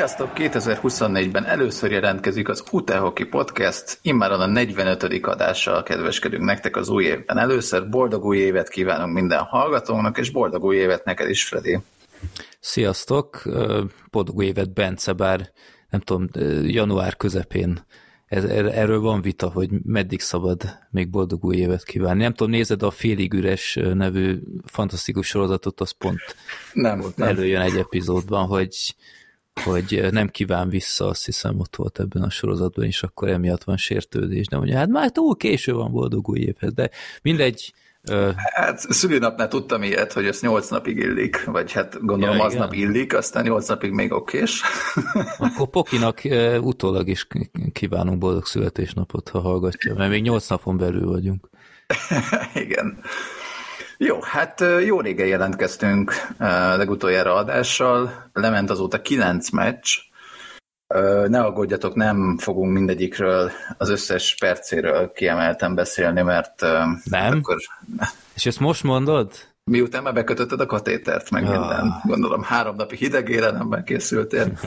Sziasztok! 2024-ben először jelentkezik az UTE Hockey Podcast, immáron a 45. adással kedveskedünk nektek az új évben. Először boldog új évet kívánunk minden hallgatónak, és boldog új évet neked is, Freddy. Sziasztok! Boldog új évet, Bence, bár nem tudom, január közepén erről van vita, hogy meddig szabad még boldog új évet kívánni. Nem tudom, nézed a Félig üres nevű fantasztikus sorozatot, az pont nem. Előjön egy epizódban, hogy nem kíván vissza, azt hiszem ott volt ebben a sorozatban, és akkor emiatt van sértődés. De mondja, hát már túl késő van boldog új évhez, de mindegy. Hát szülinapnál tudtam ilyet, hogy ezt 8 napig illik, vagy hát gondolom aznap illik, aztán 8 napig még okés. Akkor Pokinak utólag is kívánunk boldog születésnapot, ha hallgatja, mert még 8 napon belül vagyunk. Igen. Jó, hát jó régen jelentkeztünk legutoljára adással, lement azóta 9 meccs, ne aggódjatok, nem fogunk mindegyikről, az összes percéről kiemelten beszélni, mert nem? Akkor... És ezt most mondod? Miután már bekötötted a katétert, meg minden, gondolom 3 napi hideg élelemben készültél.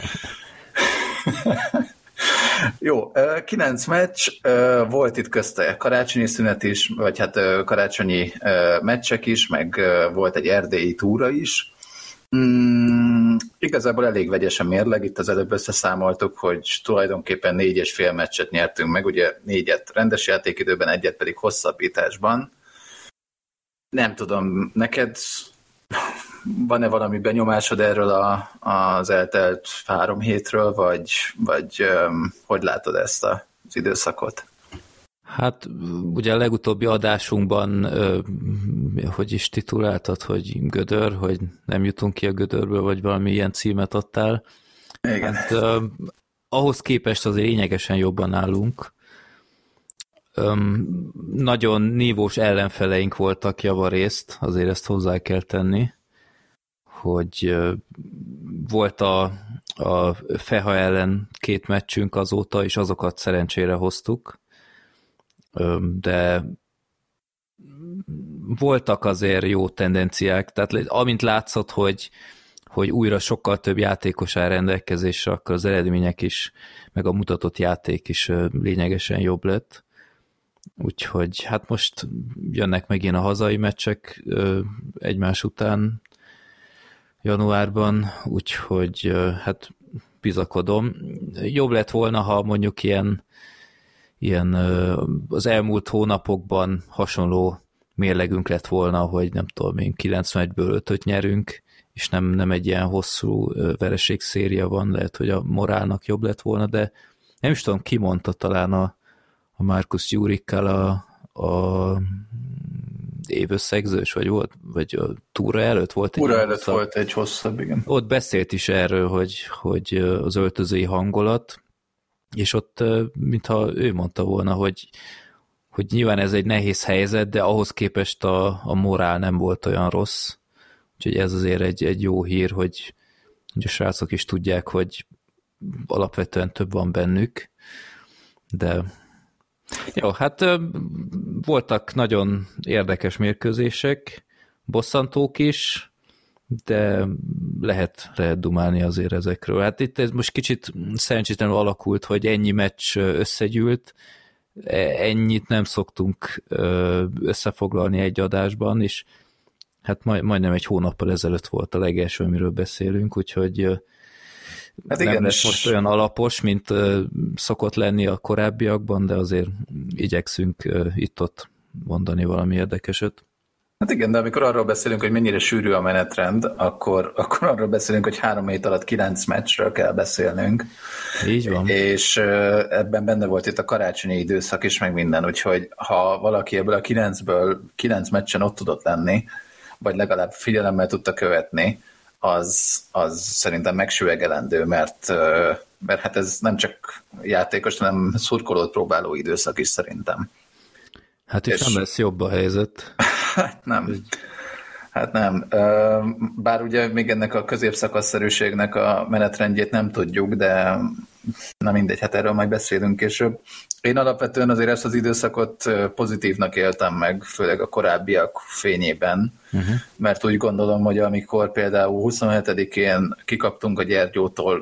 Jó, 9 meccs, volt itt közte karácsonyi szünet is, vagy hát karácsonyi meccsek is, meg volt egy erdélyi túra is. Igazából elég vegyes a mérleg, itt az előbb összeszámoltuk, hogy tulajdonképpen 4,5 meccset nyertünk meg, ugye 4-et rendes játékidőben, 1-et pedig hosszabbításban. Nem tudom, neked van-e valami benyomásod erről az eltelt 3 hétről, vagy hogy látod ezt az időszakot? Hát ugye a legutóbbi adásunkban, hogy is tituláltad, hogy gödör, hogy nem jutunk ki a gödörből, vagy valami ilyen címet adtál. Igen. Hát, ahhoz képest azért lényegesen jobban állunk. Nagyon nívós ellenfeleink voltak javarészt, azért ezt hozzá kell tenni, hogy volt a Feha ellen 2 meccsünk azóta, és azokat szerencsére hoztuk, de voltak azért jó tendenciák, tehát amint látszott, hogy újra sokkal több játékos áll rendelkezésre, akkor az eredmények is, meg a mutatott játék is lényegesen jobb lett. Úgyhogy hát most jönnek megint a hazai meccsek egymás után januárban, úgyhogy hát bizakodom. Jobb lett volna, ha mondjuk ilyen az elmúlt hónapokban hasonló mérlegünk lett volna, hogy nem tudom én 91-ből 5-öt nyerünk, és nem egy ilyen hosszú vereségszéria van, lehet, hogy a morálnak jobb lett volna, de nem is tudom, ki mondta, talán a Markus Jurikkal a évösszegzős, vagy a túra előtt volt egy túra előtt volt egy hosszabb, igen. Ott beszélt is erről, hogy az öltözői hangulat, és ott, mintha ő mondta volna, hogy nyilván ez egy nehéz helyzet, de ahhoz képest a morál nem volt olyan rossz. Úgyhogy ez azért egy jó hír, hogy a srácok is tudják, hogy alapvetően több van bennük. De jó, hát voltak nagyon érdekes mérkőzések, bosszantók is, de lehet dumálni azért ezekről. Hát itt ez most kicsit szerencsétlenül alakult, hogy ennyi meccs összegyűlt, ennyit nem szoktunk összefoglalni egy adásban, és hát majdnem egy hónappal ezelőtt volt a legelső, amiről beszélünk, úgyhogy hát nem lesz most olyan alapos, mint szokott lenni a korábbiakban, de azért igyekszünk itt-ott mondani valami érdekeset. Hát igen, de amikor arról beszélünk, hogy mennyire sűrű a menetrend, akkor arról beszélünk, hogy 3 hét alatt 9 meccsről kell beszélnünk. Így van. És ebben benne volt itt a karácsonyi időszak is, meg minden, úgyhogy ha valaki ebből a 9 meccsen ott tudott lenni, vagy legalább figyelemmel tudta követni, az szerintem megsüvegelendő, mert hát ez nem csak játékos, hanem szurkolót próbáló időszak is szerintem. Hát és nem lesz jobb a helyzet. Hát nem. Bár ugye még ennek a középszakaszszerűségnek a menetrendjét nem tudjuk, de na mindegy, hát erről majd beszélünk később. Én alapvetően azért ezt az időszakot pozitívnak éltem meg, főleg a korábbiak fényében, mert úgy gondolom, hogy amikor például 27-én kikaptunk a Gyergyótól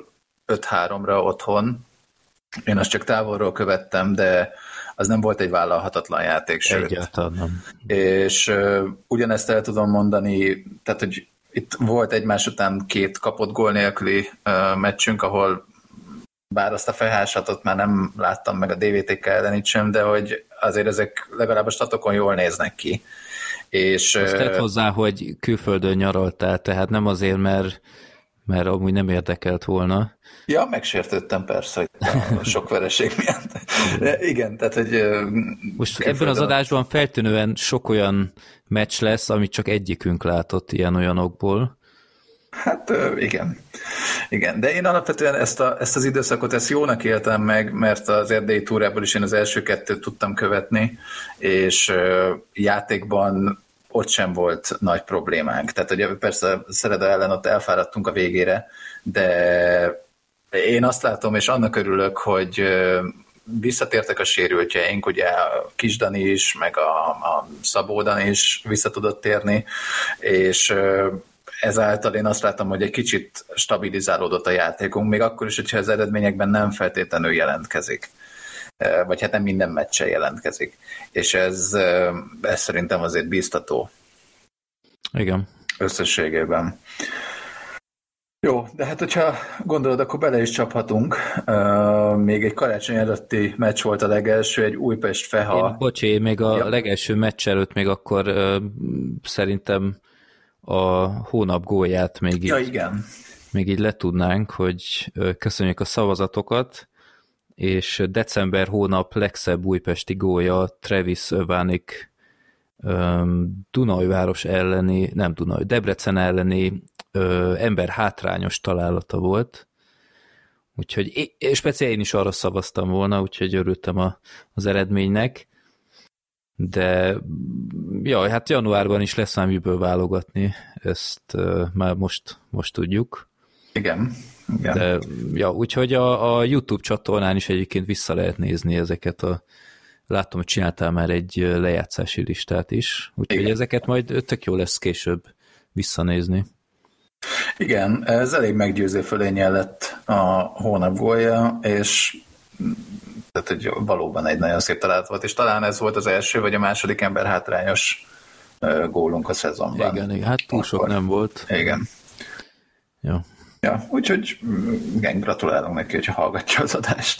5-3-ra otthon. Én azt csak távolról követtem, de az nem volt egy vállalhatatlan játék, sőt. Egyáltalán nem. És ugyanezt el tudom mondani, tehát, hogy itt volt egymás után 2 kapott gól nélküli meccsünk, ahol bár azt a felhásatot már nem láttam meg a DVTK ellen itt sem, de hogy azért ezek legalább a statokon jól néznek ki. És azt tett hozzá, hogy külföldön nyaraltál, tehát nem azért, mert amúgy nem érdekelt volna. Ja, megsértődtem persze, hogy a sok vereség miatt. De igen, tehát, hogy... Most ebben az adásban feltűnően sok olyan meccs lesz, amit csak egyikünk látott ilyen-olyanokból. Hát igen. Igen, de én alapvetően ezt az időszakot jónak éltem meg, mert az erdélyi túrából is én az első 2 tudtam követni, és játékban ott sem volt nagy problémánk. Tehát ugye persze Szereda ellen ott elfáradtunk a végére, de én azt látom, és annak örülök, hogy visszatértek a sérültjeink, ugye a Kisdani is, meg a Szabó Dani is vissza tudott térni, és ezáltal én azt látom, hogy egy kicsit stabilizálódott a játékunk, még akkor is, hogyha az eredményekben nem feltétlenül jelentkezik. Vagy hát nem minden meccsen jelentkezik. És ez szerintem azért bíztató. Igen. Összességében. Jó, de hát hogyha gondolod, akkor bele is csaphatunk. Még egy karácsony előtti meccs volt a legelső, egy Újpest-Feha. Bocsi, még a legelső meccs előtt még akkor szerintem a hónap gólját még így letudnánk, hogy köszönjük a szavazatokat, és december hónap legszebb újpesti gólja Travis Vanik Debrecen elleni ember hátrányos találata volt. Úgyhogy speciál én is arra szavaztam volna, úgyhogy örültem az eredménynek. De ja, hát januárban is lesz már miből válogatni, ezt már most tudjuk. Igen. De, ja, úgyhogy a YouTube csatornán is egyébként vissza lehet nézni ezeket látom, hogy csináltál már egy lejátszási listát is, úgyhogy igen. Ezeket majd tök jó lesz később visszanézni. Igen, ez elég meggyőző fölénnyel lett a hónap gólja, és tehát, hogy valóban egy nagyon szép találat volt, és talán ez volt az első, vagy a második ember hátrányos gólunk a szezonban. Igen, hát túl sok nem volt. Igen. Ja. Ja, úgyhogy igen, gratulálunk neki, hogyha hallgatja az adást.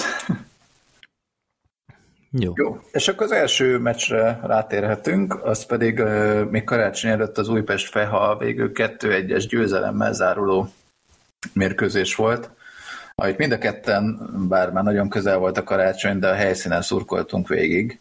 Jó. És akkor az első meccsre rátérhetünk, az pedig még karácsony előtt az Újpest-Feha végül 2-1-es győzelemmel záruló mérkőzés volt. Ahogy mind a ketten, bár már nagyon közel volt a karácsony, de a helyszínen szurkoltunk végig.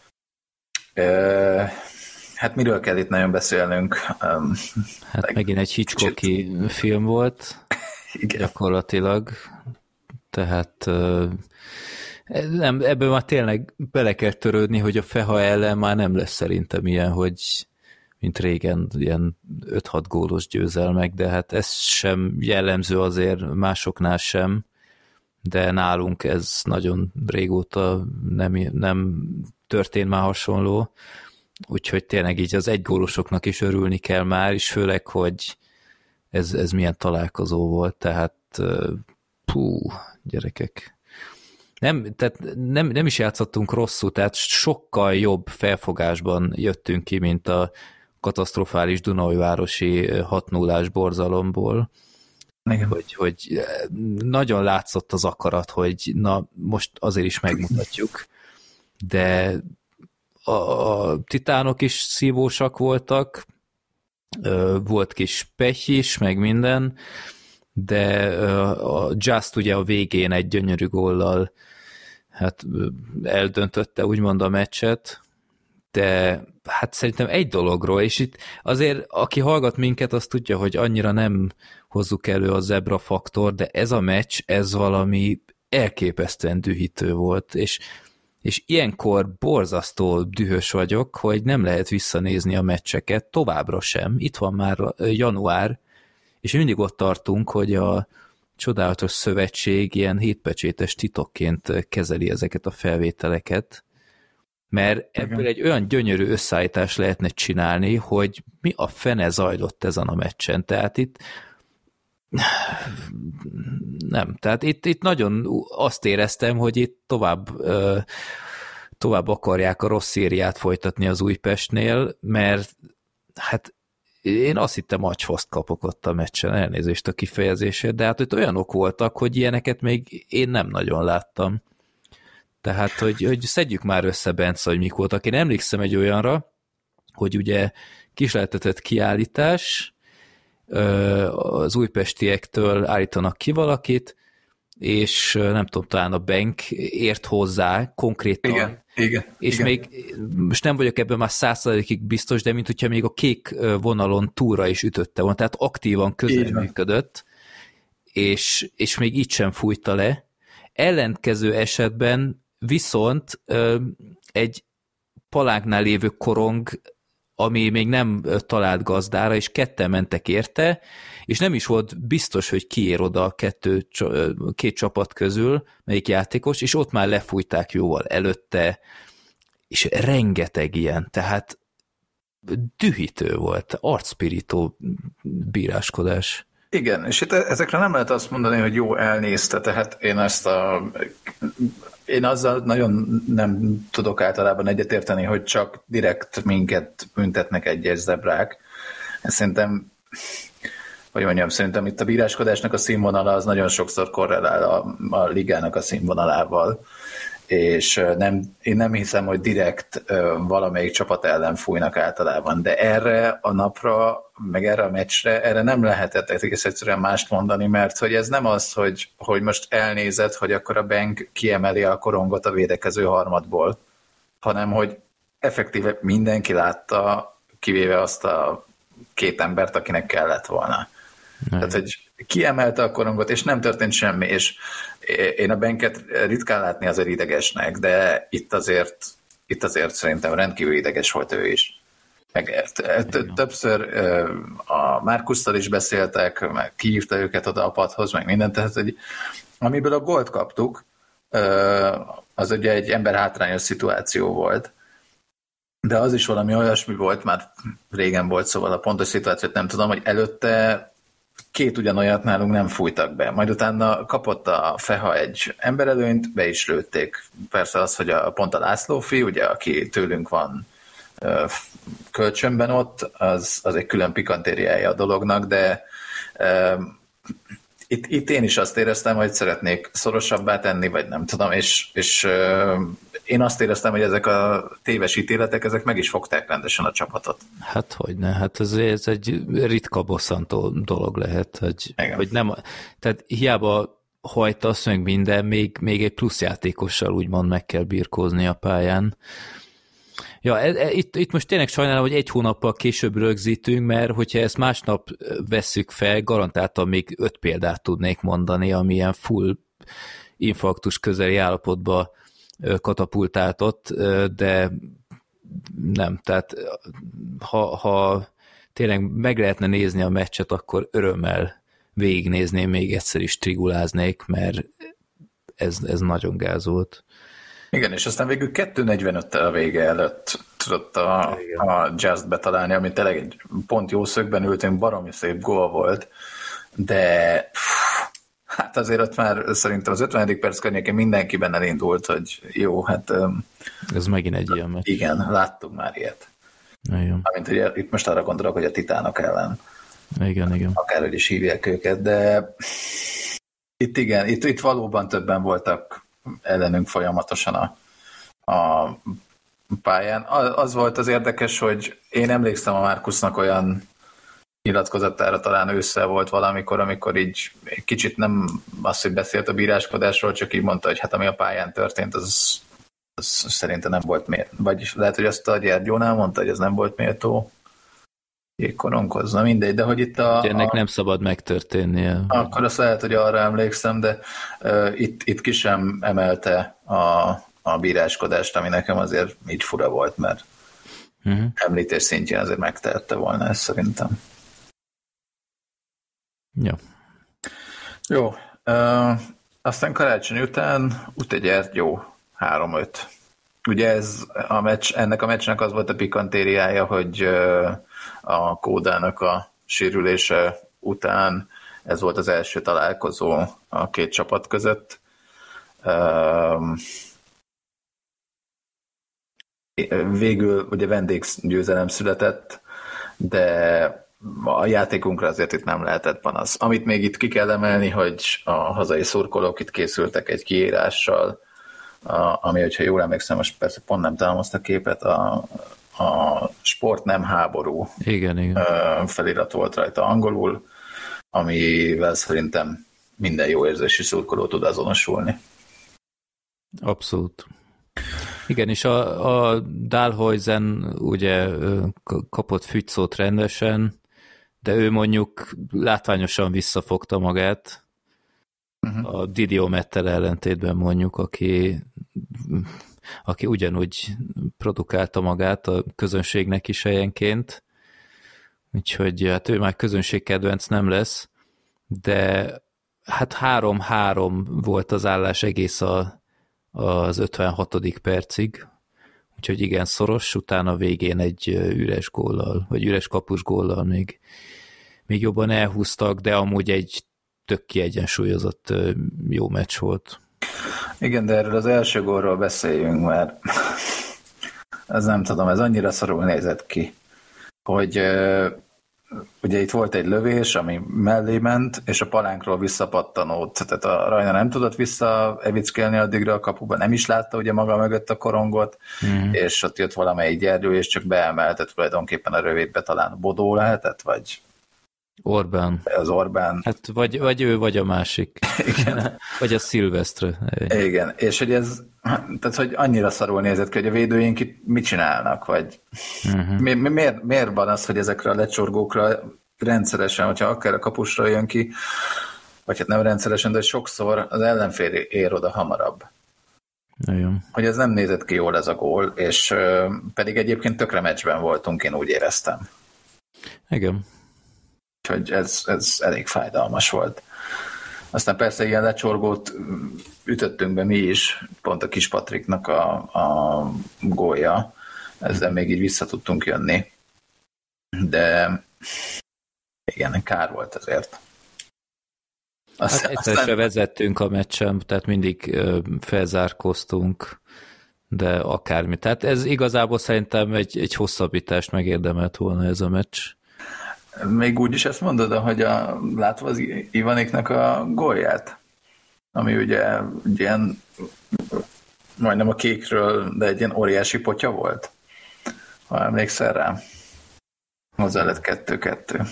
Hát miről kell itt nagyon beszélnünk? Hát megint egy Hitchcocki film volt, igen. Gyakorlatilag. Tehát nem, ebből már tényleg bele kell törődni, hogy a Feha ellen már nem lesz szerintem ilyen, hogy mint régen ilyen 5-6 gólos győzelmek, de hát ez sem jellemző azért másoknál sem, de nálunk ez nagyon régóta nem történt már hasonló, úgyhogy tényleg így az egygólosoknak is örülni kell már, és főleg, hogy ez milyen találkozó volt, tehát gyerekek. Tehát nem is játszottunk rosszul, tehát sokkal jobb felfogásban jöttünk ki, mint a katasztrofális Dunaújvárosi 6-0-ás borzalomból. Hogy nagyon látszott az akarat, hogy na most azért is megmutatjuk, de a titánok is szívósak voltak, volt kis pech is, meg minden, de a Just ugye a végén egy gyönyörű góllal hát eldöntötte úgymond a meccset, de hát szerintem egy dologról, és itt azért aki hallgat minket, az tudja, hogy annyira nem hozzuk elő a zebra faktor, de ez a meccs, ez valami elképesztően dühítő volt, és ilyenkor borzasztó dühös vagyok, hogy nem lehet visszanézni a meccseket, továbbra sem. Itt van már január, és mindig ott tartunk, hogy a csodálatos szövetség ilyen hétpecsétes titokként kezeli ezeket a felvételeket, mert ebből egy olyan gyönyörű összeállítást lehetne csinálni, hogy mi a fene zajlott ezen a meccsen. Tehát itt Nem, tehát itt nagyon azt éreztem, hogy itt tovább akarják a rossz szériát folytatni az Újpestnél, mert hát én azt hittem agyfoszt kapok ott a meccsen, elnézést a kifejezésért, de hát ott olyanok voltak, hogy ilyeneket még én nem nagyon láttam. Tehát, hogy szedjük már össze, Bence, hogy mik voltak. Én emlékszem egy olyanra, hogy ugye kísérletezett kiállítás, az újpestiektől állítanak ki valakit, és nem tudom, talán a bank ért hozzá konkrétan. Igen. És még, most nem vagyok ebben már 100%-ig biztos, de mint hogyha még a kék vonalon túlra is ütötte volna, tehát aktívan közreműködött, és még így sem fújta le. Ellenkező esetben viszont egy palánknál lévő korong, ami még nem talált gazdára, és ketten mentek érte, és nem is volt biztos, hogy kiér oda a két csapat közül, melyik játékos, és ott már lefújták jóval előtte, és rengeteg ilyen, tehát dühítő volt, arcpirító bíráskodás. Igen, és itt ezekre nem lehet azt mondani, hogy jó, elnézte, tehát én azzal nagyon nem tudok általában egyetérteni, hogy csak direkt minket büntetnek egyes zebrák. Szerintem, szerintem itt a bíráskodásnak a színvonala az nagyon sokszor korrelál a ligának a színvonalával, és én nem hiszem, hogy direkt valamelyik csapat ellen fújnak általában, de erre a napra, meg erre a meccsre, erre nem lehetett egész egyszerűen mást mondani, mert hogy ez nem az, hogy most elnézed, hogy akkor a bank kiemeli a korongot a védekező harmadból, hanem hogy effektíve mindenki látta, kivéve azt a két embert, akinek kellett volna. Tehát, hogy kiemelte a korongot, és nem történt semmi, és én a banket ritkán látni azért idegesnek, de itt azért szerintem rendkívül ideges volt ő is. Többször a Márkusszal is beszéltek, meg kihívta őket oda a padhoz, meg mindent, tehát hogy amiből a gólt kaptuk, az ugye egy emberhátrányos szituáció volt, de az is valami olyasmi volt, már régen volt, szóval a pontos szituációt nem tudom, hogy előtte két ugyanolyat nálunk nem fújtak be. Majd utána kapott a Feha egy emberelőnyt, be is lőtték. Persze az, hogy pont a László fi, ugye, aki tőlünk van kölcsönben ott, az egy külön pikantériája a dolognak, de itt én is azt éreztem, hogy szeretnék szorosabbá tenni, vagy nem tudom, és én azt éreztem, hogy ezek a téves ítéletek, ezek meg is fogták rendesen a csapatot. Hát hogyne, hát ez egy ritka bosszantó dolog lehet, hogy nem, tehát hiába hajtasz meg minden, még egy plusz játékossal úgymond meg kell birkózni a pályán. Ja, itt most tényleg sajnálom, hogy egy hónappal később rögzítünk, mert hogyha ezt másnap vesszük fel, garantáltan még 5 példát tudnék mondani, ami ilyen full infarktus közeli állapotba katapultáltott, de nem, tehát ha tényleg meg lehetne nézni a meccset, akkor örömmel végignézném, még egyszer is triguláznék, mert ez nagyon gáz volt. Igen, és aztán végül 2:45-tel a vége előtt tudott a Just betalálni, ami tényleg egy pont jó szögben ültünk, baromi szép gól volt, de hát azért ott már szerintem az 50. perc környékén mindenkiben elindult, hogy jó, hát... Ez megint egy ilyen meccs. Igen, láttuk már ilyet. Amint ugye itt most arra gondolok, hogy a Titánok ellen. Igen. Akárhogy is hívják őket, de itt valóban többen voltak ellenünk folyamatosan a pályán. Az volt az érdekes, hogy én emlékszem a Márkusznak olyan nyilatkozatára, talán ősszel volt valamikor, amikor így kicsit nem azt, hogy beszélt a bíráskodásról, csak így mondta, hogy hát ami a pályán történt, az szerintem nem volt méltó. Vagyis lehet, hogy azt a Gyergyónál mondta, hogy ez nem volt méltó jégkoronghoz, na mindegy, de hogy itt ennek nem szabad megtörténnie. Akkor azt lehet, hogy arra emlékszem, de itt ki sem emelte a bíráskodást, ami nekem azért így fura volt, mert említés szintjén azért megtehette volna ezt szerintem. Ja. Jó. Aztán karácsony után Utegyergyó 3-5. Ugye ennek a meccsnek az volt a pikantériája, hogy a Kódának a sérülése után Ez volt az első találkozó a két csapat között. Végül ugye vendéggyőzelem született, de a játékunkra azért itt nem lehetett panasz. Amit még itt ki kell emelni, hogy a hazai szurkolók itt készültek egy kiírással, ami, hogyha jól emlékszem, most persze pont nem találom azt a képet, a sport nem háború igen. felirat volt rajta angolul, amivel szerintem minden jó érzésű szurkoló tud azonosulni. Abszolút. Igen, és a Dahlhausen ugye kapott fügyszót rendesen, de ő mondjuk látványosan visszafogta magát, a Didio Mettel ellentétben mondjuk, aki ugyanúgy produkálta magát a közönségnek is helyenként, úgyhogy hát ő már közönségkedvenc nem lesz, de hát 3-3 volt az állás egész az 56. percig, úgyhogy igen szoros, utána végén egy üres góllal, vagy üres kapus góllal még jobban elhúztak, de amúgy egy tök kiegyensúlyozott jó meccs volt. Igen, de erről az első gólról beszéljünk, mert ez nem tudom, ez annyira szarul nézett ki, hogy ugye itt volt egy lövés, ami mellé ment, és a palánkról visszapattanót, tehát a Rajna nem tudott visszaevickelni addigra a kapuba, nem is látta ugye maga mögött a korongot, és ott jött valamelyik gyergyő, és csak beemelte tulajdonképpen a rövidbe, talán Bodó lehetett, vagy Orbán. Az Orbán. Hát vagy ő, vagy a másik. Igen. Vagy a Szilvesztre. Igen, és hogy ez, tehát hogy annyira szarul nézett ki, hogy a védőink itt mit csinálnak, vagy miért van az, hogy ezekre a lecsorgókra rendszeresen, hogyha akár a kapusra jön ki, vagy hát nem rendszeresen, de sokszor az ellenfél ér oda hamarabb. Igen. Hogy ez nem nézett ki jól ez a gól, és pedig egyébként tökre meccsben voltunk, én úgy éreztem. Igen. Úgyhogy ez elég fájdalmas volt. Aztán persze ilyen lecsorgót ütöttünk be mi is, pont a kis Patriknak a gólja, ezzel még így vissza tudtunk jönni. De igen, kár volt ezért. Hát egyszer se vezettünk a meccsen, tehát mindig felzárkóztunk, de akármi. Tehát ez igazából szerintem egy hosszabbítást megérdemelt volna ez a meccs. Még úgy is ezt mondod, hogy látva az Ivaniknak a gólját, ami ugye ilyen majdnem a kékről, de egy ilyen óriási potya volt, ha emlékszel rá. Hozzá lett 2-2.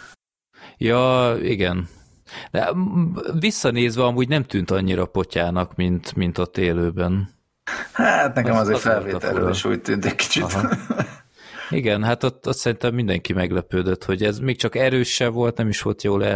Ja, igen. De visszanézve amúgy nem tűnt annyira potyának, mint ott élőben. Hát nekem azért felvételről is úgy tűnt egy kicsit. Aha. Igen, hát ott szerintem mindenki meglepődött, hogy ez még csak erős se volt, nem is volt jól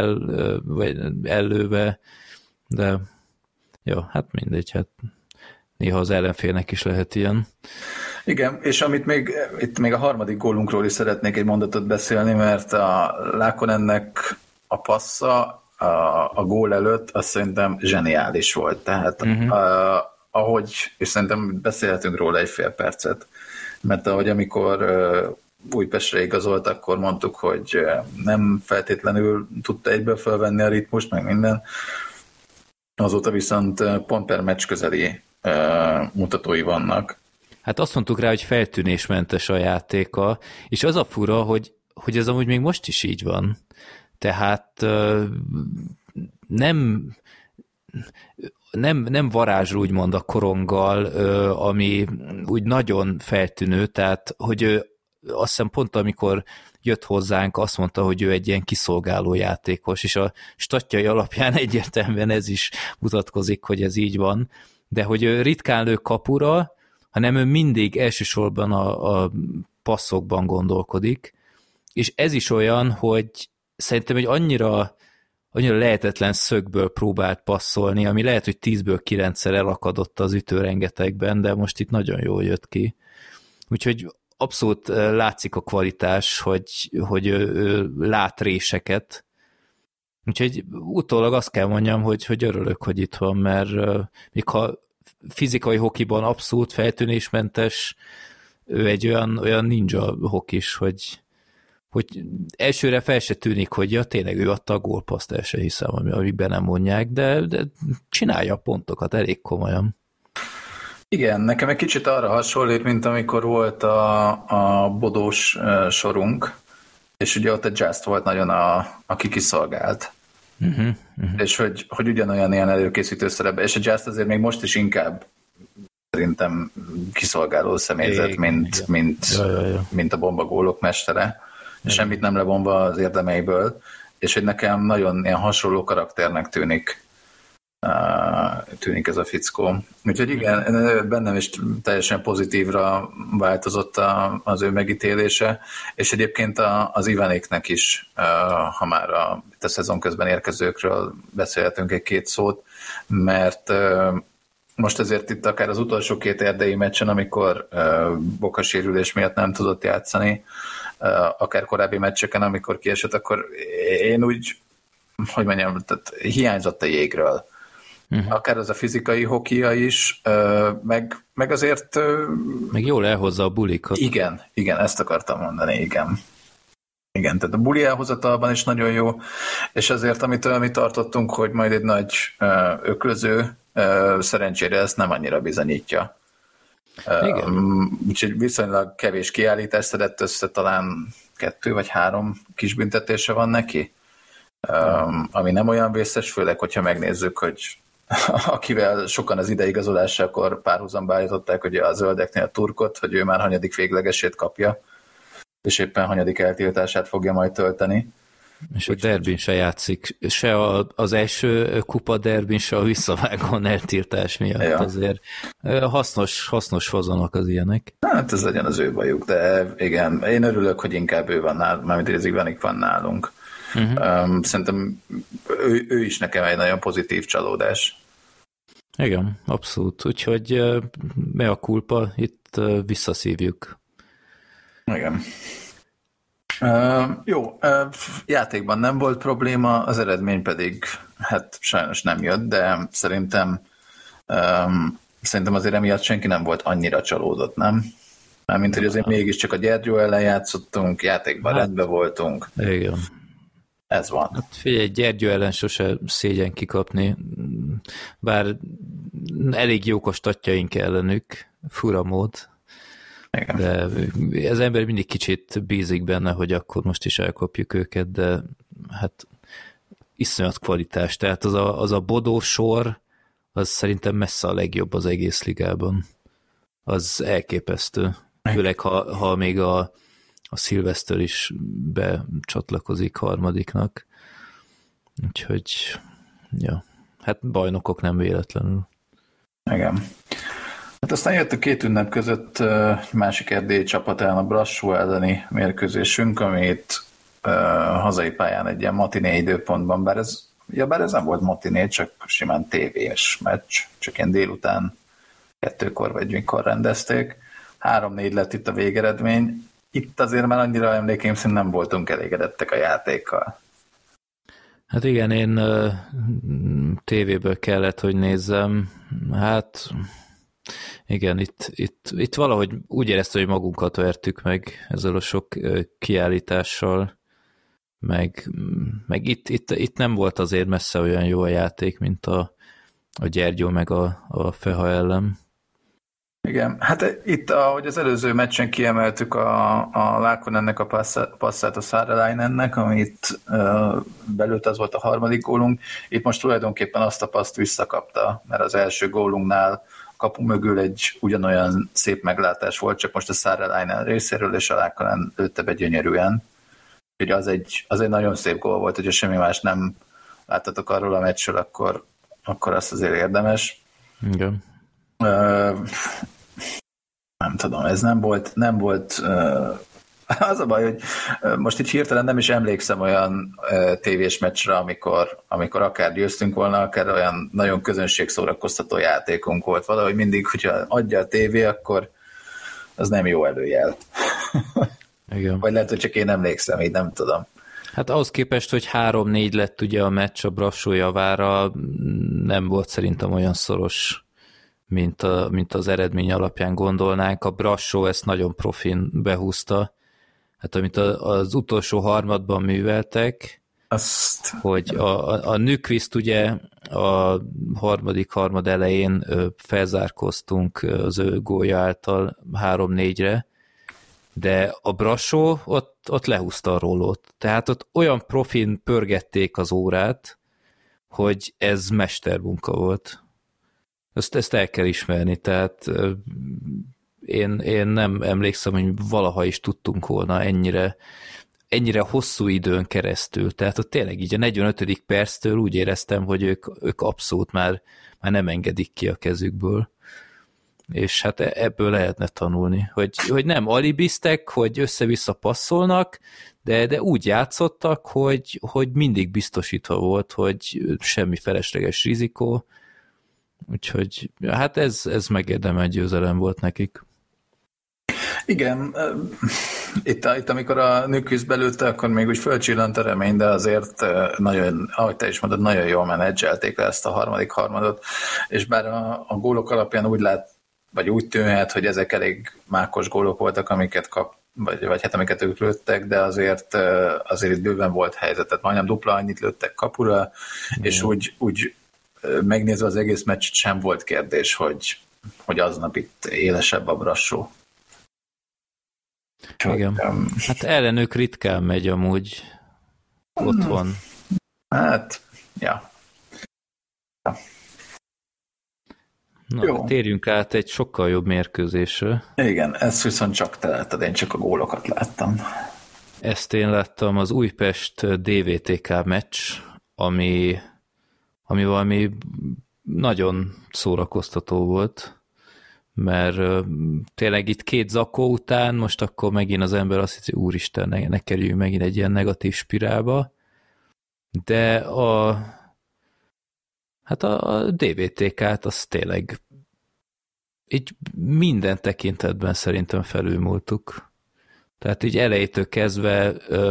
ellőve, de jó, hát mindegy, hát néha az ellenfélnek is lehet ilyen. Igen, és amit itt még a harmadik gólunkról is szeretnék egy mondatot beszélni, mert a Lákonennek a passza a gól előtt azt szerintem zseniális volt, tehát ahogy, és szerintem beszélhetünk róla egy fél percet, mert ahogy amikor Újpestre igazolt, akkor mondtuk, hogy nem feltétlenül tudta egyből felvenni a ritmust, meg minden. Azóta viszont pont per meccs közeli mutatói vannak. Hát azt mondtuk rá, hogy feltűnésmentes a játéka, és az a fura, hogy ez amúgy még most is így van. Tehát nem varázsol úgymond a koronggal, ami úgy nagyon feltűnő, tehát hogy ő azt hiszem pont amikor jött hozzánk, azt mondta, hogy ő egy ilyen kiszolgáló játékos, és a statjai alapján egyértelműen ez is mutatkozik, hogy ez így van, de hogy ő ritkán lő kapura, hanem ő mindig elsősorban a passzokban gondolkodik, és ez is olyan, hogy szerintem egy annyira lehetetlen szögből próbált passzolni, ami lehet, hogy 10-ből 9-szer elakadott az ütőrengetegben, de most itt nagyon jól jött ki. Úgyhogy abszolút látszik a kvalitás, hogy ő lát réseket. Úgyhogy utólag azt kell mondjam, hogy örülök, hogy itt van, mert még ha fizikai hokiban abszolút feltűnésmentes, ő egy olyan ninja hokis, hogy hogy elsőre fel se tűnik, hogy ja, tényleg ő adta a gólpaszt, el se hiszem, amiben nem mondják, de csinálja a pontokat elég komolyan. Igen, nekem egy kicsit arra hasonlít, mint amikor volt a bodós sorunk, és ugye ott a Just volt nagyon aki kiszolgált. És hogy ugyanolyan ilyen előkészítő szerepe, és a Just azért még most is inkább szerintem kiszolgáló személyzet, mint a bombagólok mestere. Semmit nem levonva az érdemeiből, és hogy nekem nagyon ilyen hasonló karakternek tűnik ez a fickó. Úgyhogy igen, bennem is teljesen pozitívra változott az ő megítélése, és egyébként az Ivaniknek is, ha már a szezon közben érkezőkről beszélhetünk egy-két szót, mert most ezért itt akár az utolsó 2 erdélyi meccsen, amikor bokasérülés miatt nem tudott játszani, akár korábbi meccseken, amikor kiesett, akkor én úgy, hogy mondjam, tehát hiányzott a jégről. Akár az a fizikai hokia is, meg azért... Meg jól elhozza a bulikat. Igen, ezt akartam mondani, igen. Igen, tehát a buli elhozatalban is nagyon jó, és azért, amitől mi tartottunk, hogy majd egy nagy öklöző, szerencsére ezt nem annyira bizonyítja. Úgyhogy viszonylag kevés kiállítást szedett össze, talán 2 vagy 3 kis büntetése van neki, ami nem olyan vészes, főleg, hogyha megnézzük, hogy akivel sokan az ideigazolásakor párhuzamba állították, hogy a zöldeknél a Turkot, hogy ő már hanyadik véglegesét kapja, és éppen hanyadik eltiltását fogja majd tölteni. És a derbin se játszik, se az első kupa derbin, se a visszavágón eltiltás miatt. Ja. Azért hasznos fazonok az ilyenek. Hát ez legyen az ő bajuk, de igen, én örülök, hogy inkább ő van nálunk, mármint az Ivanik van nálunk. Szerintem ő is nekem egy nagyon pozitív csalódás. Igen, abszolút. Úgyhogy mea culpa, itt visszaszívjuk. Igen. Jó, játékban nem volt probléma, az eredmény pedig hát sajnos nem jött, de szerintem azért emiatt senki nem volt annyira csalódott, nem? Mármint, hogy azért mégiscsak a Gyergyó ellen játszottunk, játékban rendben voltunk. Igen. Ez van. Hát figyelj, Gyergyó ellen sose szégyen kikapni, bár elég jók a statjaink ellenük, fura mód. Igen. De az ember mindig kicsit bízik benne, hogy akkor most is elkapjuk őket, de hát iszonyat kvalitás. Tehát az a Bodó sor, az szerintem messze a legjobb az egész ligában. Az elképesztő. Főleg, ha még a Szilveszter is becsatlakozik harmadiknak. Úgyhogy, ja, hát bajnokok nem véletlenül. Igen. Hát aztán jött a 2 ünnep között másik erdélyi csapat ellen, a Brassó elleni mérkőzésünk, amit hazai pályán egy ilyen matiné időpontban, bár ez nem volt matiné, csak simán tévés meccs, csak ilyen délután 2-kor vagy mikor rendezték. 3-4 lett itt a végeredmény. Itt azért már annyira emlékeim szerint nem voltunk elégedettek a játékkal. Hát igen, én tévéből kellett, hogy nézzem. Hát igen, itt valahogy úgy éreztem, hogy magunkat vertük meg ezzel a sok kiállítással, meg itt nem volt azért messze olyan jó a játék, mint a Gyergyó meg a Feha ellen. Igen, hát itt, ahogy az előző meccsen kiemeltük a Lákonennek a passzát a Saarelainennek, amit belőtt, az volt a harmadik gólunk, itt most tulajdonképpen azt a paszt visszakapta, mert az első gólunknál kapu mögül egy ugyanolyan szép meglátás volt, csak most a Saarelainen részéről, és a Lákonen lőtte be gyönyörűen. Úgyhogy az egy nagyon szép gól volt, hogyha semmi más nem láttatok arról a meccsről, akkor azt azért érdemes. Igen. Nem tudom, ez nem volt az a baj, hogy most itt hirtelen nem is emlékszem olyan tévés meccsre, amikor akár győztünk volna, akár olyan nagyon közönségszórakoztató játékunk volt. Valahogy mindig, hogyha adja a tévé, akkor az nem jó előjel. Igen. Vagy lehet, hogy csak én emlékszem, így nem tudom. Hát ahhoz képest, hogy 3-4 lett ugye a meccs a Brassó javára, nem volt szerintem olyan szoros, mint az eredmény alapján gondolnánk. A Brassó ezt nagyon profin behúzta. hát amit az utolsó harmadban műveltek, hogy a Nyquist ugye a harmadik harmad elején felzárkóztunk az ő gólja által 3-4-re, de a Brassó ott lehúzta a rólót. Tehát ott olyan profin pörgették az órát, hogy ez mestermunka volt. Ezt el kell ismerni, tehát én nem emlékszem, hogy valaha is tudtunk volna ennyire hosszú időn keresztül. Tehát ott tényleg így a 45. perctől úgy éreztem, hogy ők abszolút már nem engedik ki a kezükből. És hát ebből lehetne tanulni, hogy nem alibiztek, hogy össze-vissza passzolnak, de úgy játszottak, hogy mindig biztosítva volt, hogy semmi felesleges rizikó, úgyhogy hát ez megérdemelt győzelem volt nekik. Igen, itt amikor a Nyquist belőtte, akkor még úgy fölcsillant a remény, de azért nagyon, ahogy te is mondod, nagyon jól menedzselték le ezt a harmadik harmadot, és bár a gólok alapján úgy tűnhet, hogy ezek elég mákos gólok voltak, amiket vagy hát amiket ők lőttek, de azért itt bőven volt helyzet, tehát majdnem dupla annyit lőttek kapura, és úgy megnézve az egész meccset sem volt kérdés, hogy aznap itt élesebb a Brassó. Igen. Hát ellenük ritkán megy amúgy otthon. Hát, ja. Na, térjünk át egy sokkal jobb mérkőzésre. Igen, ezt viszont csak te láttad, én csak a gólokat láttam. Ezt én láttam, az Újpest DVTK meccs, ami valami nagyon szórakoztató volt, mert tényleg itt 2 zakó után most akkor megint az ember azt hiszi, úristen, ne kerüljünk megint egy ilyen negatív spirálba, de a DVTK-t az tényleg így minden tekintetben szerintem felülmúltuk. Tehát így elejétől kezdve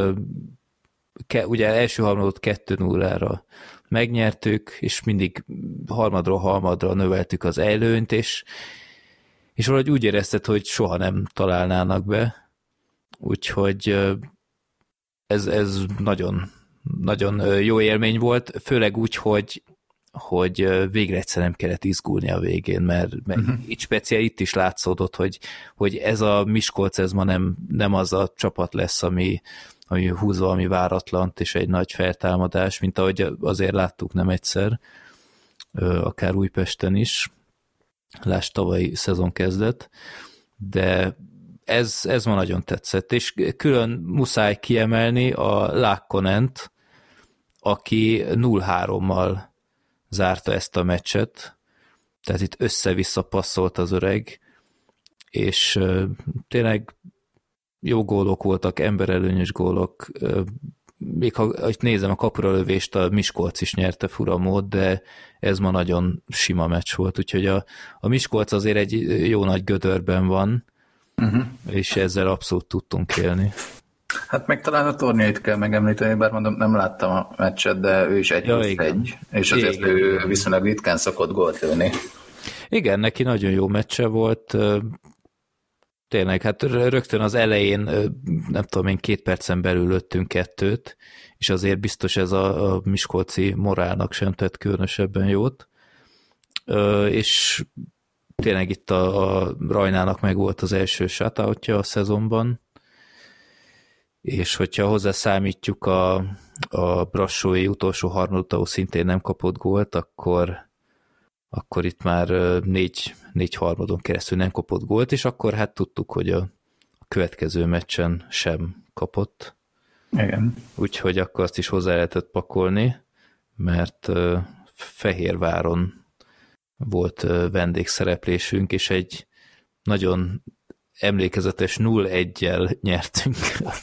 ugye első harmadot 2-0-ra megnyertük, és mindig harmadról harmadra növeltük az előnyt, és valahogy úgy érezted, hogy soha nem találnának be. Úgyhogy ez nagyon, nagyon jó élmény volt, főleg úgy, hogy végre egyszer nem kellett izgulni a végén, mert itt speciál itt is látszódott, hogy ez a Miskolc, ez ma nem az a csapat lesz, ami húz valami váratlant, és egy nagy feltámadás, mint ahogy azért láttuk nem egyszer, akár Újpesten is, lásd tavalyi szezon kezdett, de ez ma nagyon tetszett, és külön muszáj kiemelni a Lákkonent, aki 0-3-mal zárta ezt a meccset, tehát itt össze-vissza passzolt az öreg, és tényleg jó gólok voltak, emberelőnyös gólok, még ha nézem a kapuralövést, a Miskolc is nyerte fura mód, de ez ma nagyon sima meccs volt, úgyhogy a Miskolc azért egy jó nagy gödörben van, és ezzel abszolút tudtunk élni. Hát meg talán a Tornyait kell megemlíteni, bár mondom, nem láttam a meccset, de ő is egy, és azért igen. Ő viszonylag ritkán szokott gólt lőni. Igen, neki nagyon jó meccse volt, tényleg, hát rögtön az elején, nem tudom én, 2 percen belül lőttünk 2, és azért biztos ez a miskolci morálnak sem tett különösebben jót, és tényleg itt a Rajnának meg volt az első shutoutja a szezonban, és hogyha hozzá számítjuk a Brassói utolsó harmadot, ahol szintén nem kapott gólt, akkor itt már 4 harmadon keresztül nem kapott gólt, és akkor hát tudtuk, hogy a következő meccsen sem kapott. Igen. Úgyhogy akkor azt is hozzá lehetett pakolni, mert Fehérváron volt vendégszereplésünk, és egy nagyon emlékezetes 0-1-jel nyertünk.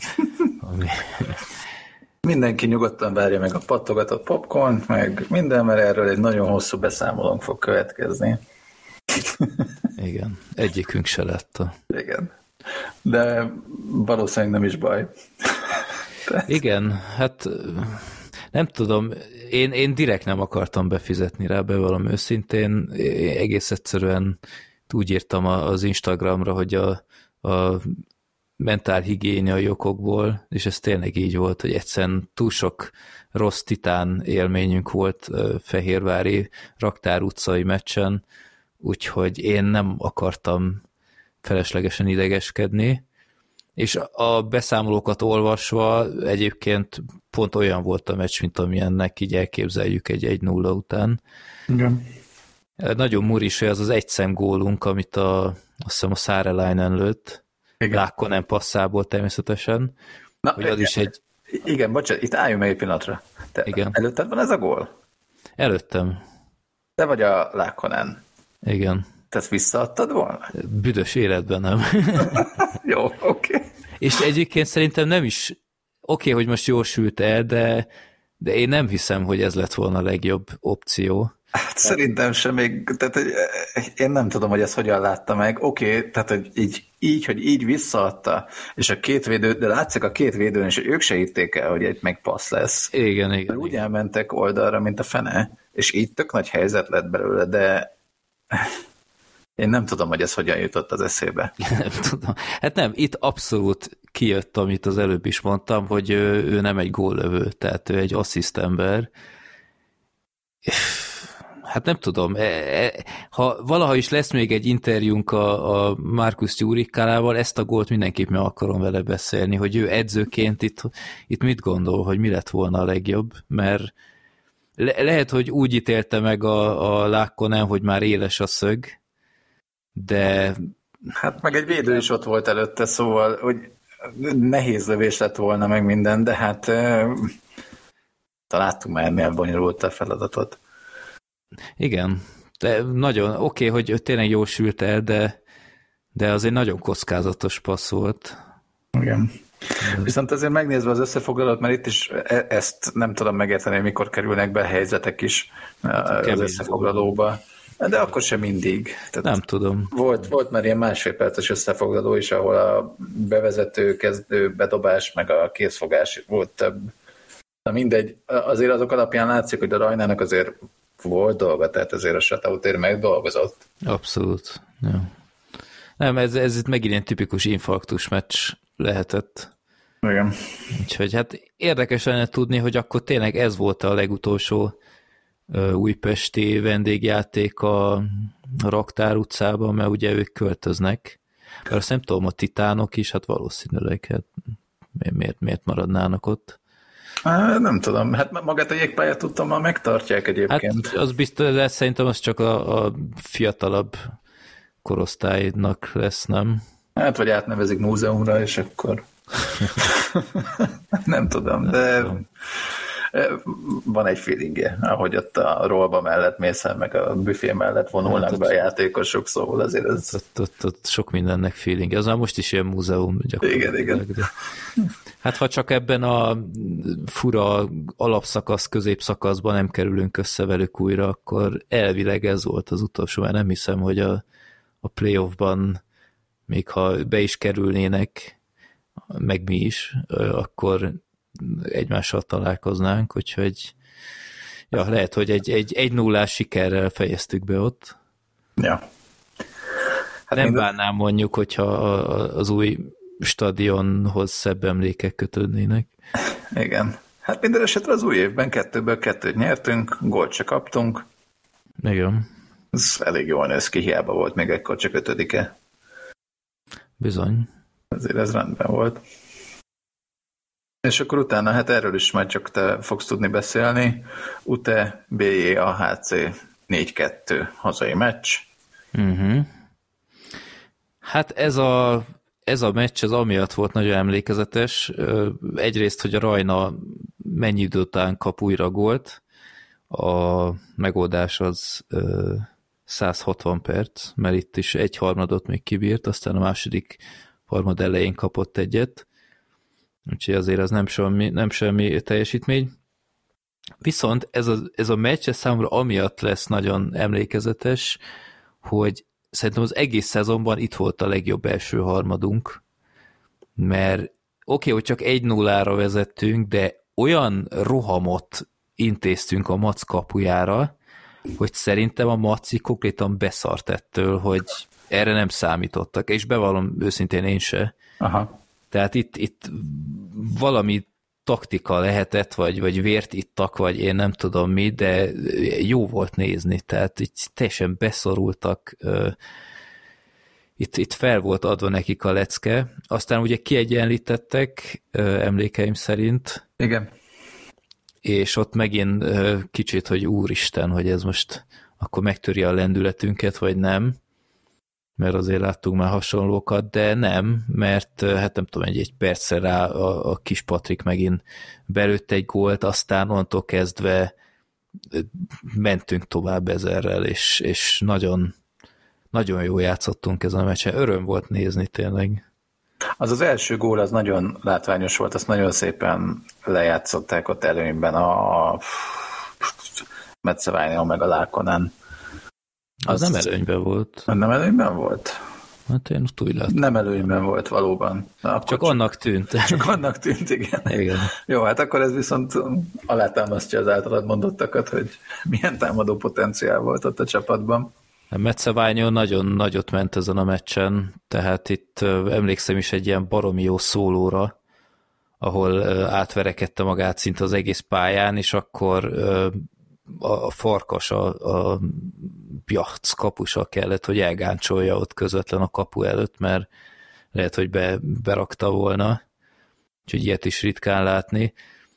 Mindenki nyugodtan várja meg a pattogatott popcorn, meg minden, mert erről egy nagyon hosszú beszámolónk fog következni. Igen, egyikünk se lett. Igen, de valószínűleg nem is baj. Igen, hát nem tudom, én direkt nem akartam befizetni rá, bevallom őszintén, egész egyszerűen úgy írtam az Instagramra, hogy a mentálhigiéniai okokból, és ez tényleg így volt, hogy egyszerűen túl sok rossz titán élményünk volt fehérvári Raktár utcai meccsen, úgyhogy én nem akartam feleslegesen idegeskedni, és a beszámolókat olvasva egyébként pont olyan volt a meccs, mint amilyennek így elképzeljük egy 1-0 után. Igen. Nagyon muris, hogy az egy szemgólunk, amit azt hiszem a Saarelainen lőtt, Laakkonen passzából természetesen. Na, hogy az is egy... Igen, bocsánat, itt álljunk meg egy pillanatra. Te igen. Előtted van ez a gól? Előttem. Te vagy a Laakkonen. Igen. Te ezt visszaadtad volna? Büdös életben nem. Jó, oké. És egyébként szerintem nem is hogy most jól sült el, de én nem hiszem, hogy ez lett volna a legjobb opció. Hát szerintem sem még, tehát hogy én nem tudom, hogy ezt hogyan látta meg. Tehát hogy így visszaadta, és a két védő, de látszik a két védőn is, hogy ők se hitték el, hogy egy meg passz lesz. Igen. Úgy elmentek oldalra, mint a fene, és így tök nagy helyzet lett belőle, de én nem tudom, hogy ez hogyan jutott az eszébe. Nem tudom. Hát nem, itt abszolút kijött, amit az előbb is mondtam, hogy ő nem egy góllövő, tehát ő egy asszisztember. Hát nem tudom, ha valaha is lesz még egy interjúnk a Markus Gyurikkálával, ezt a gólt mindenképp meg akarom vele beszélni, hogy ő edzőként itt mit gondol, hogy mi lett volna a legjobb, mert lehet, hogy úgy ítélte meg a Laakkonen, hogy már éles a szög, de... Hát meg egy védő is ott volt előtte, szóval, hogy nehéz lövés lett volna meg minden, de hát találtunk már ennél bonyolult a feladatot. Igen, de nagyon hogy tényleg jól sült el, de azért nagyon kockázatos passz volt. Igen. Viszont azért megnézve az összefoglalót, mert itt is ezt nem tudom megérteni, hogy mikor kerülnek be helyzetek is az összefoglalóba. De akkor sem mindig. Tehát nem tudom. Volt már ilyen másfél perces összefoglaló is, ahol a bevezető, kezdő, bedobás, meg a készfogás volt több. Na mindegy, azért azok alapján látszik, hogy a Rajnának azért volt dolga, tehát azért a shutoutér megdolgozott. Abszolút. Ja. Nem, ez itt megint egy tipikus infarktus meccs lehetett. Igen. Úgyhogy hát érdekes lenne tudni, hogy akkor tényleg ez volt a legutolsó újpesti vendégjáték a Raktár utcában, mert ugye ők költöznek. Mert azt nem tudom, a Titánok is, hát valószínűleg hát miért maradnának ott? Nem tudom, hát magát a jégpályát tudtam, már megtartják egyébként. Hát az biztos, de szerintem az csak a fiatalabb korosztálynak lesz, nem? Hát vagy átnevezik múzeumra, és akkor nem tudom, de van egy feelingje, ahogy ott a rolba mellett mész el, meg a büfé mellett vonulnak be a játékosok, szóval azért ez... Ott sok mindennek feelingje. Az már most is ilyen múzeum gyakorlatilag. Igen. De... Hát ha csak ebben a fura alapszakasz, középszakaszban nem kerülünk össze velük újra, akkor elvileg ez volt az utolsó, mert nem hiszem, hogy a playoffban még ha be is kerülnének, meg mi is, akkor egymással találkoznánk, úgyhogy lehet, hogy egy 1-0-ás sikerrel fejeztük be ott. Ja. Hát nem bánnám mondjuk, hogyha az új stadionhoz szebb emlékek kötődnének. Igen. Hát minden esetre az új évben 2-ből 2-t nyertünk, gólt se kaptunk. Igen. Ez elég jól néz ki, hiába volt még ekkor csak 5-e. Bizony. Azért ez rendben volt. És akkor utána, hát erről is majd csak te fogsz tudni beszélni. UTE BJAHC 4-2 hazai meccs. Uh-huh. Hát ez a meccs az amiatt volt nagyon emlékezetes. Egyrészt, hogy a Rajna mennyi idő után kap újra gólt. A megoldás az 160 perc, mert itt is egy harmadot még kibírt, aztán a második harmad elején kapott egyet. Úgyhogy azért az nem semmi teljesítmény. Viszont ez a meccs számomra amiatt lesz nagyon emlékezetes, hogy szerintem az egész szezonban itt volt a legjobb első harmadunk, mert hogy csak 1-0-ra vezettünk, de olyan rohamot intéztünk a Mac kapujára, hogy szerintem a Maci konkrétan beszart ettől, hogy erre nem számítottak, és bevallom őszintén én se. Aha. Tehát itt valami taktika lehetett, vagy vért ittak, vagy én nem tudom mi, de jó volt nézni, tehát itt teljesen beszorultak, itt fel volt adva nekik a lecke, aztán ugye kiegyenlítettek, emlékeim szerint. Igen. És ott megint kicsit, hogy úristen, hogy ez most akkor megtöri a lendületünket, vagy nem, mert azért láttunk már hasonlókat, de nem, mert hát nem tudom, egy percre rá a kis Patrik megint belőtt egy gólt, aztán onnantól kezdve mentünk tovább ezerrel, és nagyon, nagyon jól játszottunk ezen a meccsen. Öröm volt nézni tényleg. Az első gól az nagyon látványos volt, azt nagyon szépen lejátszották ott előnyben a Metszevájnál meg a Lákonán. Az nem előnyben volt. Nem előnyben volt? Hát én úgy láttam. Nem előnyben volt valóban. Csak annak tűnt. Csak annak tűnt, igen. Igen. Jó, hát akkor ez viszont alátámasztja az általad mondottakat, hogy milyen támadó potenciál volt ott a csapatban. Metszevájnyó nagyon nagyot ment ezen a meccsen, tehát itt emlékszem is egy ilyen baromi jó szólóra, ahol átverekedte magát szinte az egész pályán, és akkor a Farkas, a Bjac kapusa kellett, hogy elgáncsolja ott közvetlen a kapu előtt, mert lehet, hogy berakta volna, úgyhogy ilyet is ritkán látni.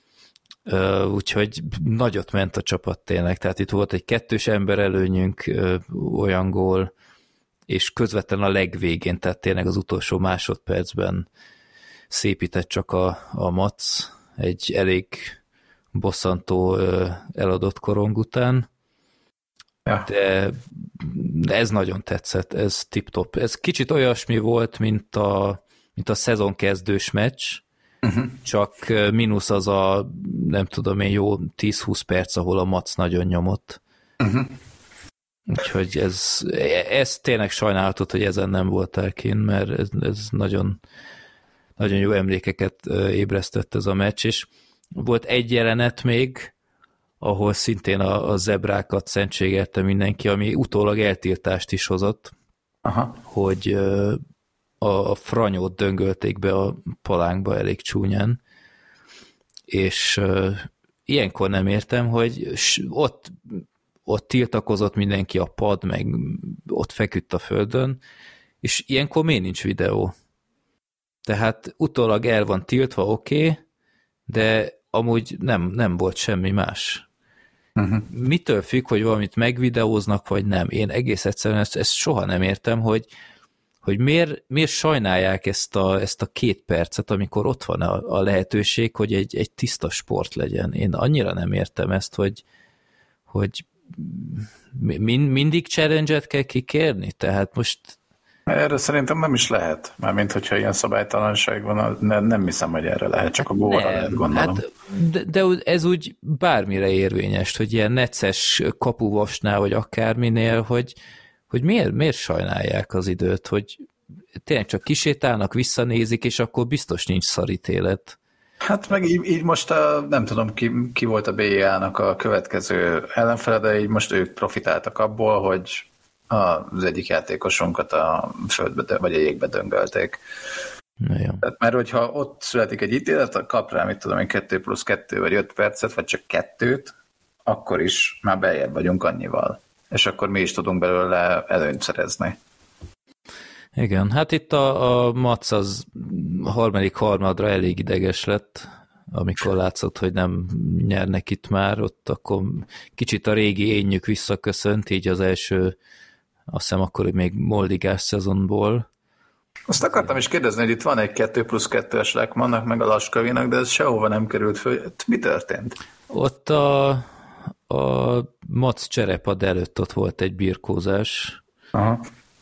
Úgyhogy nagyot ment a csapat tényleg, tehát itt volt egy 2-s ember előnyünk, olyan gól, és közvetlen a legvégén, tehát tényleg az utolsó másodpercben szépített csak a Mac egy elég bosszantó eladott korong után, ja. De ez nagyon tetszett, ez tip-top. Ez kicsit olyasmi volt, mint a szezonkezdős meccs, csak mínusz az a, nem tudom én, jó 10-20 perc, ahol a Mac nagyon nyomott. Úgyhogy ez tényleg sajnálatot, hogy ezen nem voltál kint, mert ez nagyon, nagyon jó emlékeket ébresztett ez a meccs, és volt egy jelenet még, ahol szintén a zebrákat szentségelte mindenki, ami utólag eltiltást is hozott, hogy a franyót döngölték be a palánkba elég csúnyán, és ilyenkor nem értem, hogy ott tiltakozott mindenki a pad, meg ott feküdt a földön, és ilyenkor miért nincs videó? Tehát utólag el van tiltva, oké, de amúgy nem volt semmi más. Mitől függ, hogy valamit megvideóznak, vagy nem? Én egész egyszerűen ezt soha nem értem, hogy miért sajnálják ezt a 2 percet, amikor ott van a lehetőség, hogy egy tiszta sport legyen. Én annyira nem értem ezt, hogy mindig challenge-et kell kikérni? Tehát most... Erre szerintem nem is lehet. Mármint, hogyha ilyen szabálytalanság van, nem hiszem, hogy erre lehet, csak a gólra lehet, gondolom. Hát, de ez úgy bármire érvényes, hogy ilyen necces kapuvasnál, vagy akárminél, hogy miért sajnálják az időt, hogy tényleg csak kisétálnak, visszanézik, és akkor biztos nincs szarítélet. Hát meg így most nem tudom, ki volt a BIA-nak a következő ellenfele, de így most ők profitáltak abból, hogy az egyik játékosunkat a földbe vagy a jégbe döngölték. Tehát mert hogyha ott születik egy ítélet, kap rá, mit tudom én, 2+2 vagy 5 percet, vagy csak 2, akkor is már beljebb vagyunk annyival. És akkor mi is tudunk belőle előnyt szerezni. Igen, hát itt a Mac az harmadik harmadra elég ideges lett, amikor látszott, hogy nem nyernek itt már, ott akkor kicsit a régi énjük visszaköszönt, így az első, azt hiszem akkor még moldigás szezonból. Azt akartam is kérdezni, hogy itt van egy 2+2-es Lekmannak, meg a Laskavinak, de ez sehova nem került föl. Mi történt? Ott a Mac cserepad előtt ott volt egy birkózás. Aha.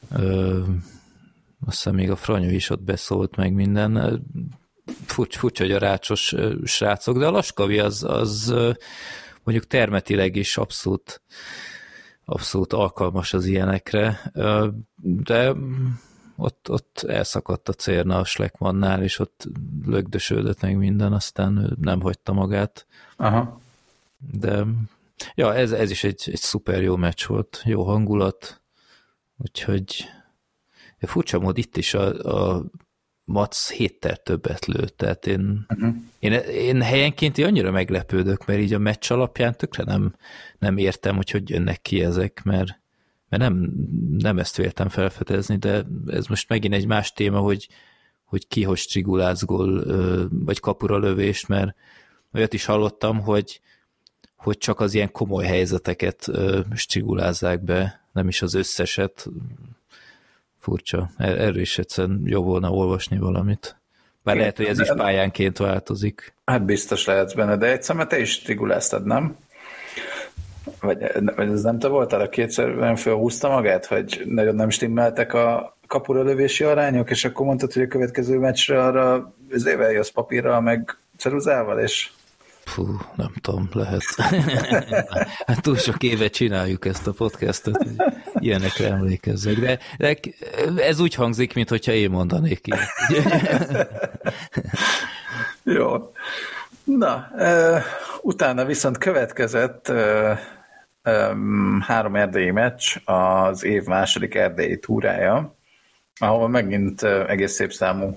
Azt hiszem még a Franyó is ott beszólt meg minden. Furcsa, hogy a rácsos srácok, de a Laskavi az mondjuk termetileg is abszolút alkalmas az ilyenekre, de ott elszakadt a cérna a Schleckmannnál, és ott lögdösödött meg minden, aztán ő nem hagyta magát. Aha. De ja, ez is egy szuper jó meccs volt, jó hangulat, úgyhogy furcsa mód itt is a Mac 7-tel többet lőtt, tehát én helyenként annyira meglepődök, mert így a meccs alapján tökre nem értem, hogy jönnek ki ezek, mert nem ezt véltem felfedezni, de ez most megint egy más téma, hogy ki hogy strigulázgol, vagy kapura lövést, mert olyat is hallottam, hogy csak az ilyen komoly helyzeteket strigulázzák be, nem is az összeset. Furcsa. Erről is egyszerűen jó volna olvasni valamit. Bár lehet, hogy ez is pályánként változik. Hát biztos lehet benne, de egyszer, mert te is striguláztad, nem? Vagy ez nem te voltál, a kétszer felhúzta magát, hogy nagyon nem stimmeltek a kapura lövési arányok, és akkor mondtad, hogy a következő meccsre arra ezével jössz papírral, meg ceruzával, és... Fú, nem tudom, lehet. Hát túl sok éve csináljuk ezt a podcastot, hogy ilyenekre emlékezzek, de ez úgy hangzik, mintha én mondanék ki. Jó. Na, utána viszont következett 3 erdélyi meccs, az év második erdélyi túrája, ahol megint egész szép számú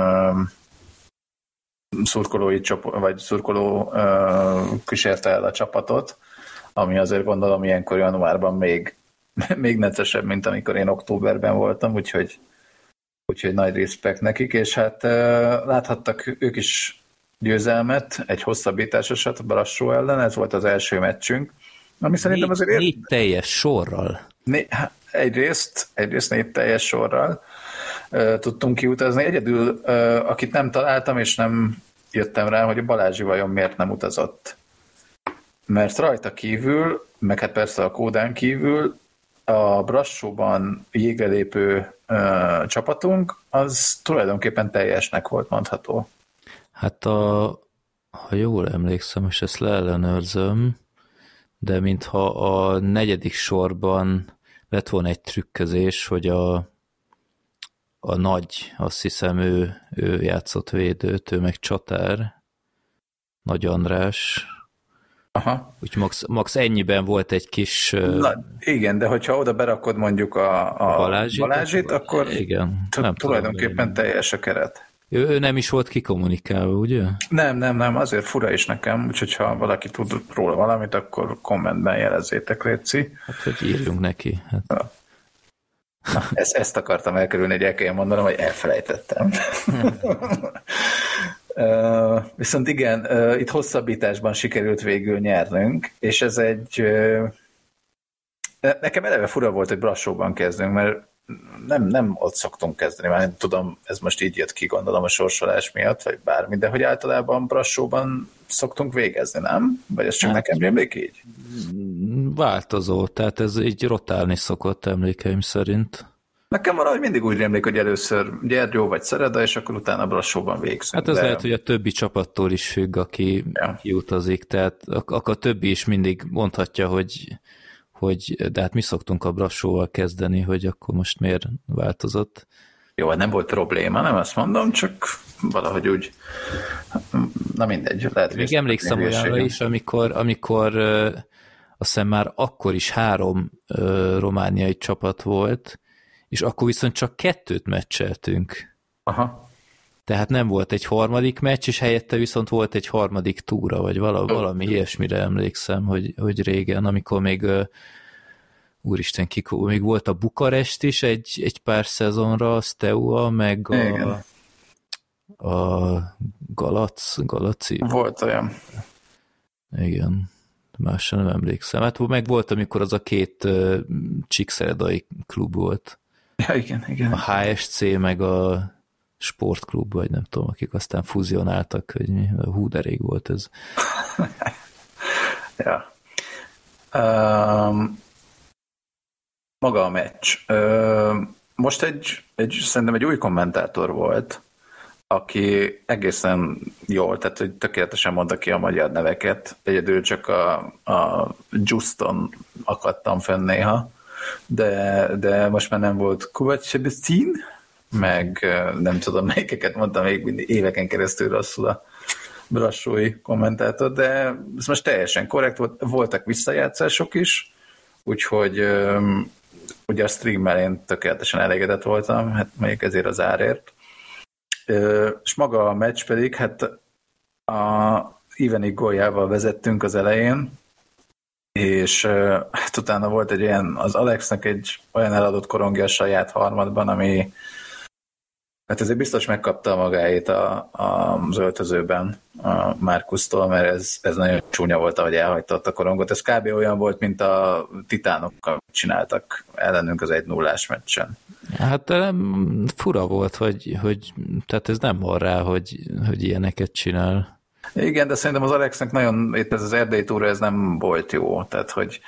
szurkoló kísérte el a csapatot, ami azért gondolom ilyenkor januárban még neccesebb, mint amikor én októberben voltam, úgyhogy nagy respekt nekik, és hát láthattak ők is győzelmet, egy hosszabbításosat a Brassó ellen, ez volt az első meccsünk, ami szerintem azért... 4 teljes sorral? Egyrészt 4 teljes sorral tudtunk kiutazni. Egyedül, akit nem találtam, és nem jöttem rá, hogy a Balázsi vajon miért nem utazott. Mert rajta kívül, meg hát persze a Kódán kívül, a Brassóban jégre lépő csapatunk, az tulajdonképpen teljesnek volt mondható. Hát ha jól emlékszem, és ezt leellenőrzöm, de mintha a 4. sorban lett volna egy trükközés, hogy a nagy, azt hiszem ő játszott védőt, ő meg csatár, Nagy András. Aha. Úgy max ennyiben volt egy kis... Na, igen, de hogyha oda berakod mondjuk a Balázsit, akkor igen, tulajdonképpen teljes a keret. Ő nem is volt kikommunikálva, ugye? Nem, azért fura is nekem, úgyhogy ha valaki tud róla valamit, akkor kommentben jelezzétek, létszi. Hát, hogy írjunk neki. Hát. Na, ezt akartam elkerülni, hogy el kelljen mondanom, hogy elfelejtettem. Viszont igen, itt hosszabbításban sikerült végül nyernünk, és ez egy... Nekem eleve fura volt, hogy Brassóban kezdünk, mert nem ott szoktunk kezdeni, már nem tudom, ez most így jött ki, gondolom a sorsolás miatt, vagy bármi, de hogy általában Brassóban szoktunk végezni, nem? Vagy ez csak nekem rémlik így? Változó, tehát ez így rotálni szokott emlékeim szerint. Nekem valahogy mindig úgy rémlik, hogy először Gyergyó vagy Szereda, és akkor utána Brassóban végzünk. Hát ez lehet, hogy a többi csapattól is függ, aki kiutazik, tehát akkor a többi is mindig mondhatja, hogy de hát mi szoktunk a Brassóval kezdeni, hogy akkor most miért változott. Jó, nem volt probléma, nem azt mondom, csak valahogy úgy, na mindegy. Lehet, még emlékszem olyanra is, amikor azt hiszem már akkor is 3 romániai csapat volt, és akkor viszont csak 2 meccseltünk. Aha. Tehát nem volt egy harmadik meccs, és helyette viszont volt egy harmadik túra, vagy valami ilyesmire emlékszem, hogy régen, amikor még úristen, még volt a Bukarest is egy pár szezonra, a Steaua, meg a Galaci. Volt olyan. Igen, másra nem emlékszem. Hát meg volt, amikor az a 2 csíkszeredai klub volt. Ja, igen. A HSC, meg a sportklub, vagy nem tudom, akik aztán fuzionáltak, hogy hú, de rég volt ez. Ja. Maga a meccs. Most szerintem egy új kommentátor volt, aki egészen jól, tehát hogy tökéletesen mondta ki a magyar neveket. Egyedül csak a Juston akadtam fenn néha, de most már nem volt Kovacs-Sebestin, meg nem tudom, melyikeket mondtam még éveken keresztül rosszul a brassói kommentátor, de ez most teljesen korrekt volt, voltak visszajátszások is, úgyhogy ugye a streammel én tökéletesen elégedett voltam, hát mondjuk ezért az árért, és maga a meccs pedig, hát a Iveni góljával vezettünk az elején, és hát utána volt egy olyan, az Alexnek egy olyan eladott korongja a saját harmadban, ami hát ezért biztos megkapta magáét az öltözőben a Marcustól, mert ez nagyon csúnya volt, ahogy elhagyta ott a korongot. Ez kb. Olyan volt, mint a titánokkal csináltak ellenünk az 1-0-ás meccsen. Hát fura volt, hogy tehát ez nem van rá, hogy ilyeneket csinál. Igen, de szerintem az Alexnek nagyon, itt ez az erdélyi túra, ez nem volt jó, tehát hogy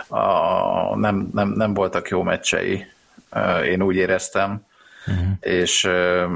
nem voltak jó meccsei, én úgy éreztem, és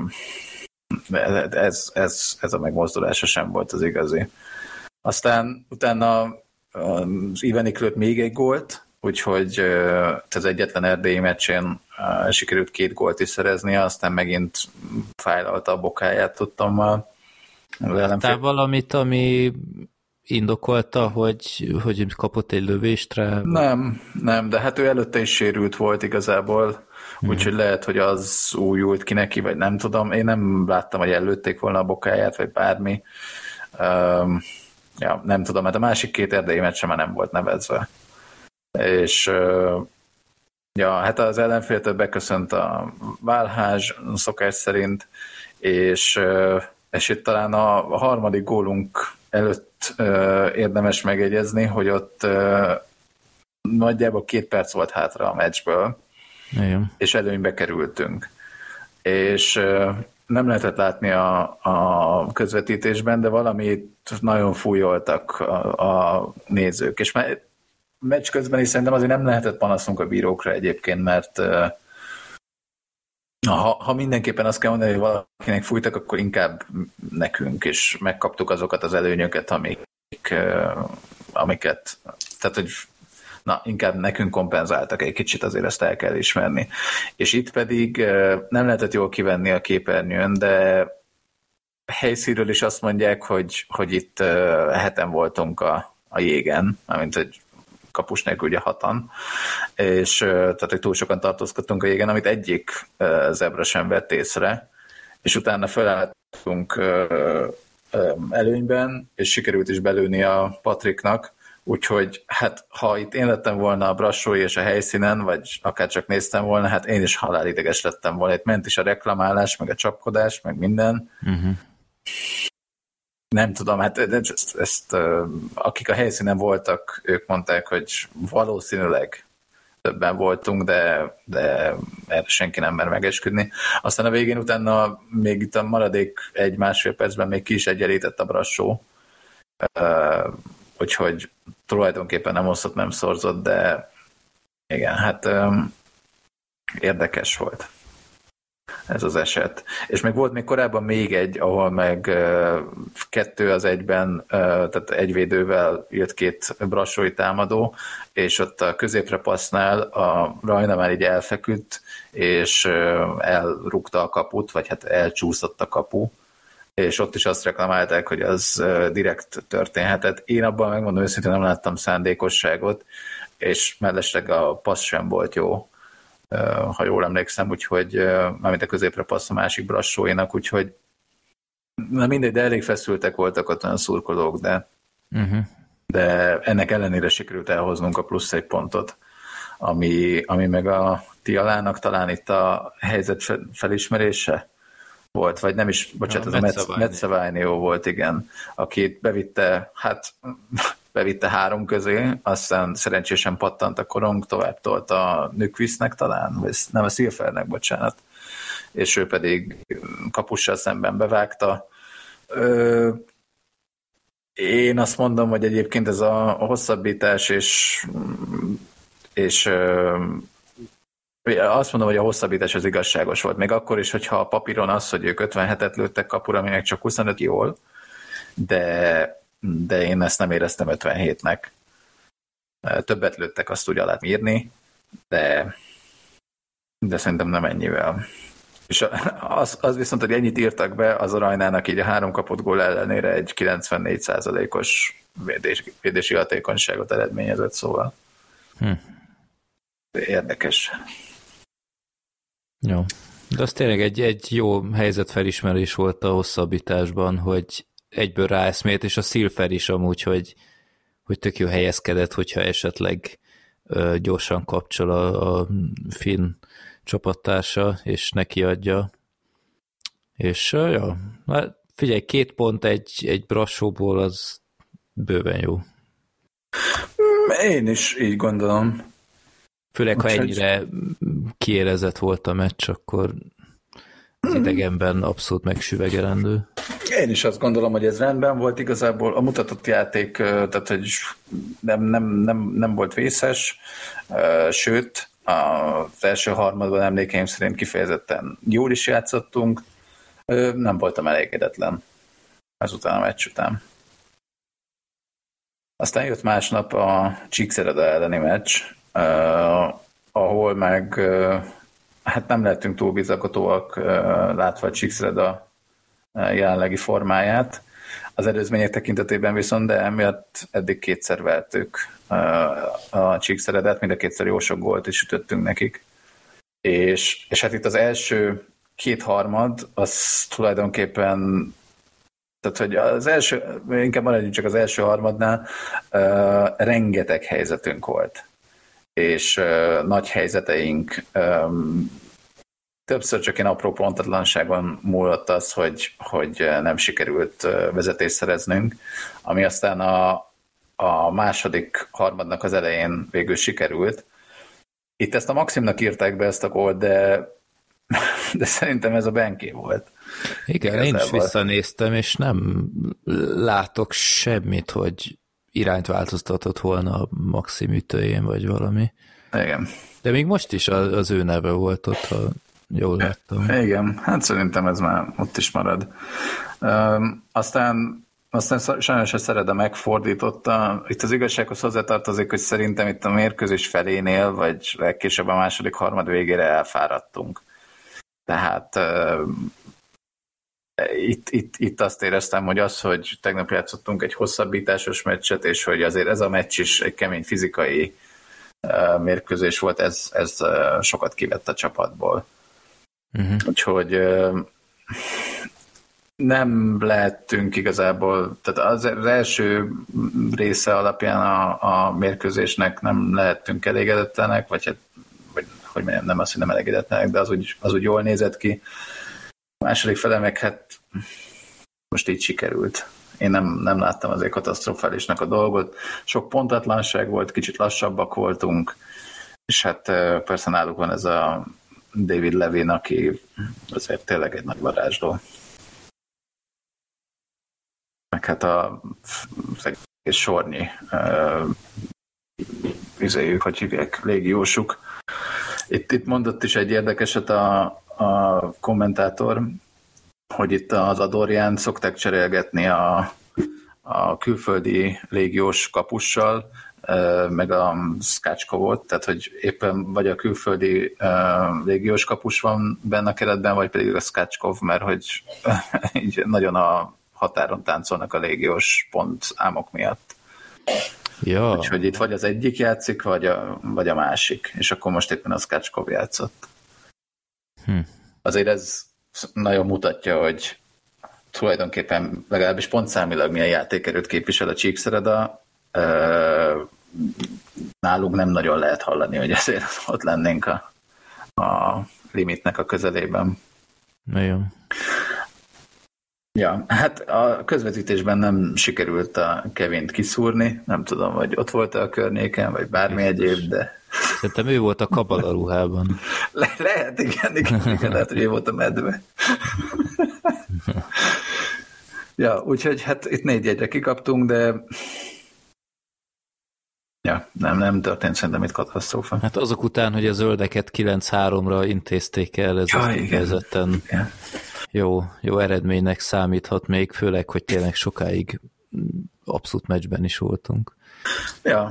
ez a megmozdulása sem volt az igazi. Aztán utána az Ivenik lőtt még egy gólt, úgyhogy az egyetlen erdélyi meccsén sikerült 2 gólt is szereznie, aztán megint fájlalta a bokáját tudtommal. Láttál valamit, ami indokolta, hogy kapott egy lövést rá? Nem, de hát ő előtte is sérült volt igazából, úgyhogy lehet, hogy az újult ki neki, vagy nem tudom. Én nem láttam, hogy ellőtték volna a bokáját, vagy bármi. Ja, nem tudom, mert a másik 2 erdélyi meccse már nem volt nevezve. És ja, hát az ellenféltől beköszönt a válházs szokás szerint, és itt talán a harmadik gólunk előtt érdemes megjegyezni, hogy ott nagyjából 2 perc volt hátra a meccsből, igen, és előnybe kerültünk. És nem lehetett látni a közvetítésben, de valamit nagyon fújoltak a nézők. És már meccs közben is szerintem azért nem lehetett panaszunk a bírókra egyébként, mert ha mindenképpen azt kell mondani, hogy valakinek fújtak, akkor inkább nekünk, és megkaptuk azokat az előnyöket, amiket, tehát hogy inkább nekünk kompenzáltak egy kicsit, azért ezt el kell ismerni. És itt pedig nem lehetett jól kivenni a képernyőn, de helyszínről is azt mondják, hogy itt heten voltunk a jégen, amint hogy kapus nélkül ugye 6-an, és tehát, hogy túl sokan tartózkodtunk a jégen, amit egyik zebra sem vett észre, és utána felálltunk előnyben, és sikerült is belőni a Patriknak, úgyhogy hát ha itt én lettem volna a brassói és a helyszínen, vagy akár csak néztem volna, hát én is halálideges lettem volna. Itt ment is a reklamálás, meg a csapkodás, meg minden. Nem tudom, hát ezt akik a helyszínen voltak, ők mondták, hogy valószínűleg többen voltunk, de erre senki nem mer megesküdni. Aztán a végén utána még itt a maradék 1-1,5 percben még ki is egyenlített a brassó, úgyhogy tulajdonképpen nem osztott, nem szorzott, de igen, hát érdekes volt ez az eset. És meg volt még korábban még egy, ahol meg 2-1-ben, tehát egy védővel jött 2 brassói támadó, és ott a középre passznál a Rajna már így elfeküdt, és elrúgta a kaput, vagy hát elcsúszott a kapu, és ott is azt reklamálták, hogy az direkt történhetett. Én abban megmondom őszintén nem láttam szándékosságot, és mellesleg a passz sem volt jó, ha jól emlékszem, úgyhogy mármint a középre passz a másik brassóinak, úgyhogy na mindegy, de elég feszültek voltak ott olyan szurkolók, de ennek ellenére sikerült elhoznunk a plusz 1 pontot, ami meg a Tialának talán itt a helyzet felismerése volt, vagy nem is, bocsánat, ez a Metszaványó volt, igen, aki bevitte 3 közé, aztán szerencsésen pattant a korong, tovább tolt a Nykvistnek talán, vagy nem, a Szilfernek, bocsánat, és ő pedig kapussal szemben bevágta. Én azt mondom, hogy egyébként ez a hosszabbítás, és azt mondom, hogy a hosszabbítás az igazságos volt. Még akkor is, hogyha a papíron az, hogy ők 57-et lőttek kapura, aminek csak 25 jól, de én ezt nem éreztem 57-nek. Többet lőttek, azt úgy alá írni, de szerintem nem ennyivel. És az viszont, hogy ennyit írtak be, az a Rajnának így a 3 kapott gól ellenére egy 94%-os védési hatékonyságot eredményezett, szóval. Érdekes. Jó. De az tényleg egy jó helyzetfelismerés volt a hosszabbításban, hogy egyből ráeszmélt, és a Szilfer is amúgy, hogy tök jó helyezkedett, hogyha esetleg gyorsan kapcsol a finn csapattársa, és neki adja. És ja, figyelj, 2 pont egy Brassóból az bőven jó. Én is így gondolom. Főleg, ha ennyire kiélezett volt a meccs, akkor az idegenben abszolút megsüvegelendő. Én is azt gondolom, hogy ez rendben volt igazából. A mutatott játék, tehát hogy nem volt vészes, sőt, az első harmadban emlékeim szerint kifejezetten jól is játszottunk. Nem voltam elégedetlen ezután a meccs után. Aztán jött másnap a Csíkszereda elleni meccs, ahol meg hát nem lehetünk túl bizakodóak látva a Csíkszereda jelenlegi formáját. Az előzmények tekintetében viszont, de emiatt eddig 2-szer vertük a Csíkszeredát, mind a 2-szer jó sok gólt is ütöttünk nekik. És hát itt az első 2 harmad, az tulajdonképpen, tehát hogy az első, inkább maradjunk csak az első harmadnál, rengeteg helyzetünk volt. És nagy helyzeteink, többször csak ilyen apró pontatlanságon múlott az, hogy nem sikerült vezetést szereznünk, ami aztán a második harmadnak az elején végül sikerült. Itt ezt a Maximnak írták be ezt a gólt, de szerintem ez a Benké volt. Igen, igazából. Én is visszanéztem, és nem látok semmit, hogy irányt változtatott volna a Maxim ütőjén, vagy valami. Igen. De még most is az ő neve volt ott, ha jól láttam. Igen, hát szerintem ez már ott is marad. Aztán sajnos a Szereda megfordította. Itt az igazsághoz hozzátartozik, hogy szerintem itt a mérkőzés felénél, vagy legkésőbb a második harmad végére elfáradtunk. Tehát itt azt éreztem, hogy hogy tegnap játszottunk egy hosszabbításos meccset, és hogy azért ez a meccs is egy kemény fizikai mérkőzés volt, ez sokat kivett a csapatból. Úgyhogy nem lehettünk igazából, tehát az első része alapján a mérkőzésnek nem lehettünk elégedetlenek, vagy hogy nem azt, hogy nem elégedetlenek, de az úgy jól nézett ki. A második fele meg hát most így sikerült. Én nem láttam azért katasztrofálisnak a dolgot. Sok pontatlanság volt, kicsit lassabbak voltunk, és hát persze náluk van ez a David Levin, aki azért tényleg egy nagy varázsló. Meg hát az egész sornyi hogy hívják, légiósuk. Itt mondott is egy érdekeset a kommentátor, hogy itt az Adorján szokták cserélgetni a külföldi légiós kapussal, meg a Skácskovot, tehát hogy éppen vagy a külföldi légiós kapus van benne a keretben, vagy pedig a Skácskov, mert hogy így nagyon a határon táncolnak a légiós pont álmok miatt. Ja. Úgyhogy itt vagy az egyik játszik, vagy a másik, és akkor most éppen a Skácskov játszott. Azért ez nagyon mutatja, hogy tulajdonképpen legalábbis pontszámilag milyen játékerőt képvisel a Csíkszereda. Nálunk nem nagyon lehet hallani, hogy ezért ott lennénk a limitnek a közelében. Nagyon. Ja, hát a közvetítésben nem sikerült a Kevint kiszúrni, nem tudom, hogy ott volt a környéken, vagy bármi egyéb, de... Szerintem ő volt a Kabala ruhában. Lehet, igen, lehet, hogy ő volt a medve. Ja, úgyhogy hát itt 4-1-re kikaptunk, de ja, nem történt szerintem itt katasztrófa. Hát azok után, hogy a zöldeket 9-3-ra intézték el, ez kifejezetten jó eredménynek számíthat még, főleg, hogy tényleg sokáig abszolút meccsben is voltunk. Ja.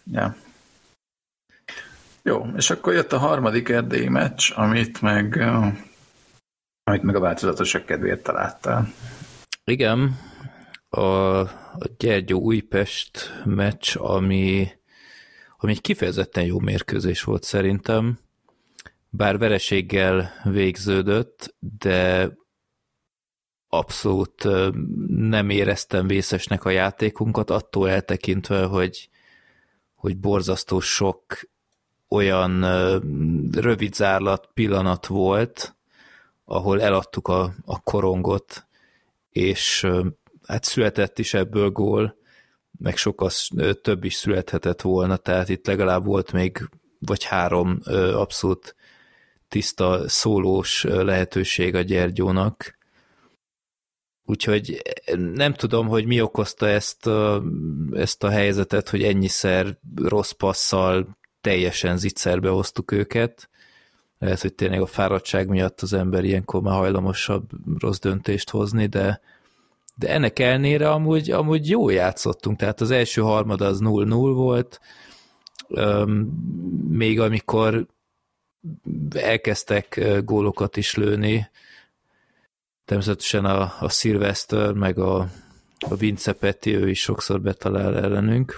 Jó, és akkor jött a harmadik erdélyi meccs, amit meg a változatosság kedvéért találtál. Igen, a Gyergyó-Újpest meccs, ami egy kifejezetten jó mérkőzés volt szerintem. bár vereséggel végződött, de abszolút nem éreztem vészesnek a játékunkat, attól eltekintve, hogy borzasztó sok olyan rövid zárlat pillanat volt, ahol eladtuk a korongot, és hát született is ebből gól, meg sokkal több is születhetett volna, tehát itt legalább volt még vagy 3 abszolút tiszta szólós lehetőség a Gyergyónak. Úgyhogy nem tudom, hogy mi okozta ezt a helyzetet, hogy ennyiszer rossz passzal teljesen zicserbe hoztuk őket. Lehet, hogy tényleg a fáradtság miatt az ember ilyenkor már hajlamosabb rossz döntést hozni, de ennek ellenére amúgy jól játszottunk, tehát az első harmad az 0-0 volt, még amikor elkezdtek gólokat is lőni, természetesen a Sylvester, meg a Vince Petti, ő is sokszor betalál ellenünk,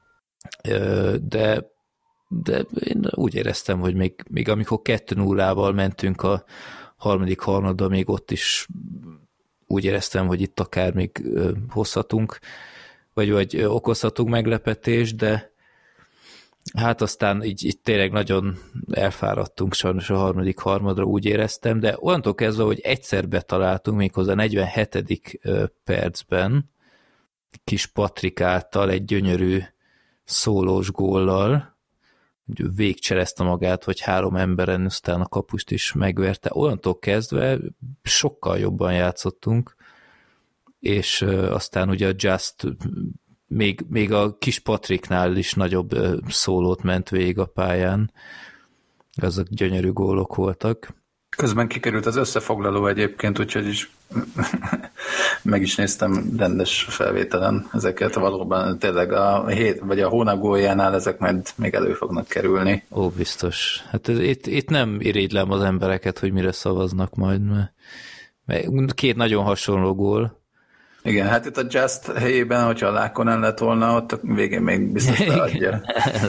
de én úgy éreztem, hogy még amikor 2-0-val mentünk a harmadik harmadban, még ott is úgy éreztem, hogy itt akár még hozhatunk, vagy okozhatunk meglepetést, de hát aztán így tényleg nagyon elfáradtunk sajnos a harmadik harmadra, úgy éreztem, de onnantól kezdve, hogy egyszer betaláltunk, méghozzá 47. percben kis Patrik által egy gyönyörű szólós góllal, végcselezte magát, vagy 3 emberen, aztán a kapust is megverte. Onnantól kezdve sokkal jobban játszottunk, és aztán ugye a Just még a kis Patriknál is nagyobb szólót ment végig a pályán. Azok gyönyörű gólok voltak. Közben kikerült az összefoglaló egyébként, úgyhogy is meg is néztem rendes felvételen ezeket. Valóban tényleg a hét vagy a hónap góljánál ezek majd még elő fognak kerülni. Ó, biztos. Hát itt nem irigylem az embereket, hogy mire szavaznak majd, mert 2 nagyon hasonló gól. Igen, hát itt a Just helyében, hogyha a Lákonen lett volna, ott a végén még biztos beadja.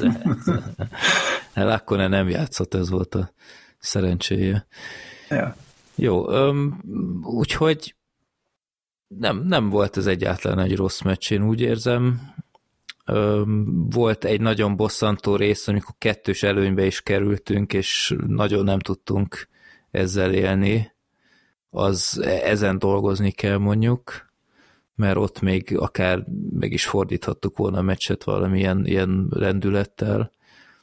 Lákonen nem játszott, ez volt a szerencséje. Ja. Jó, úgyhogy nem volt ez egyáltalán egy rossz meccs, én úgy érzem. Volt egy nagyon bosszantó rész, amikor 2-s előnybe is kerültünk, és nagyon nem tudtunk ezzel élni. Ezen dolgozni kell, mondjuk, mert ott még akár meg is fordíthattuk volna a meccset valamilyen ilyen lendülettel.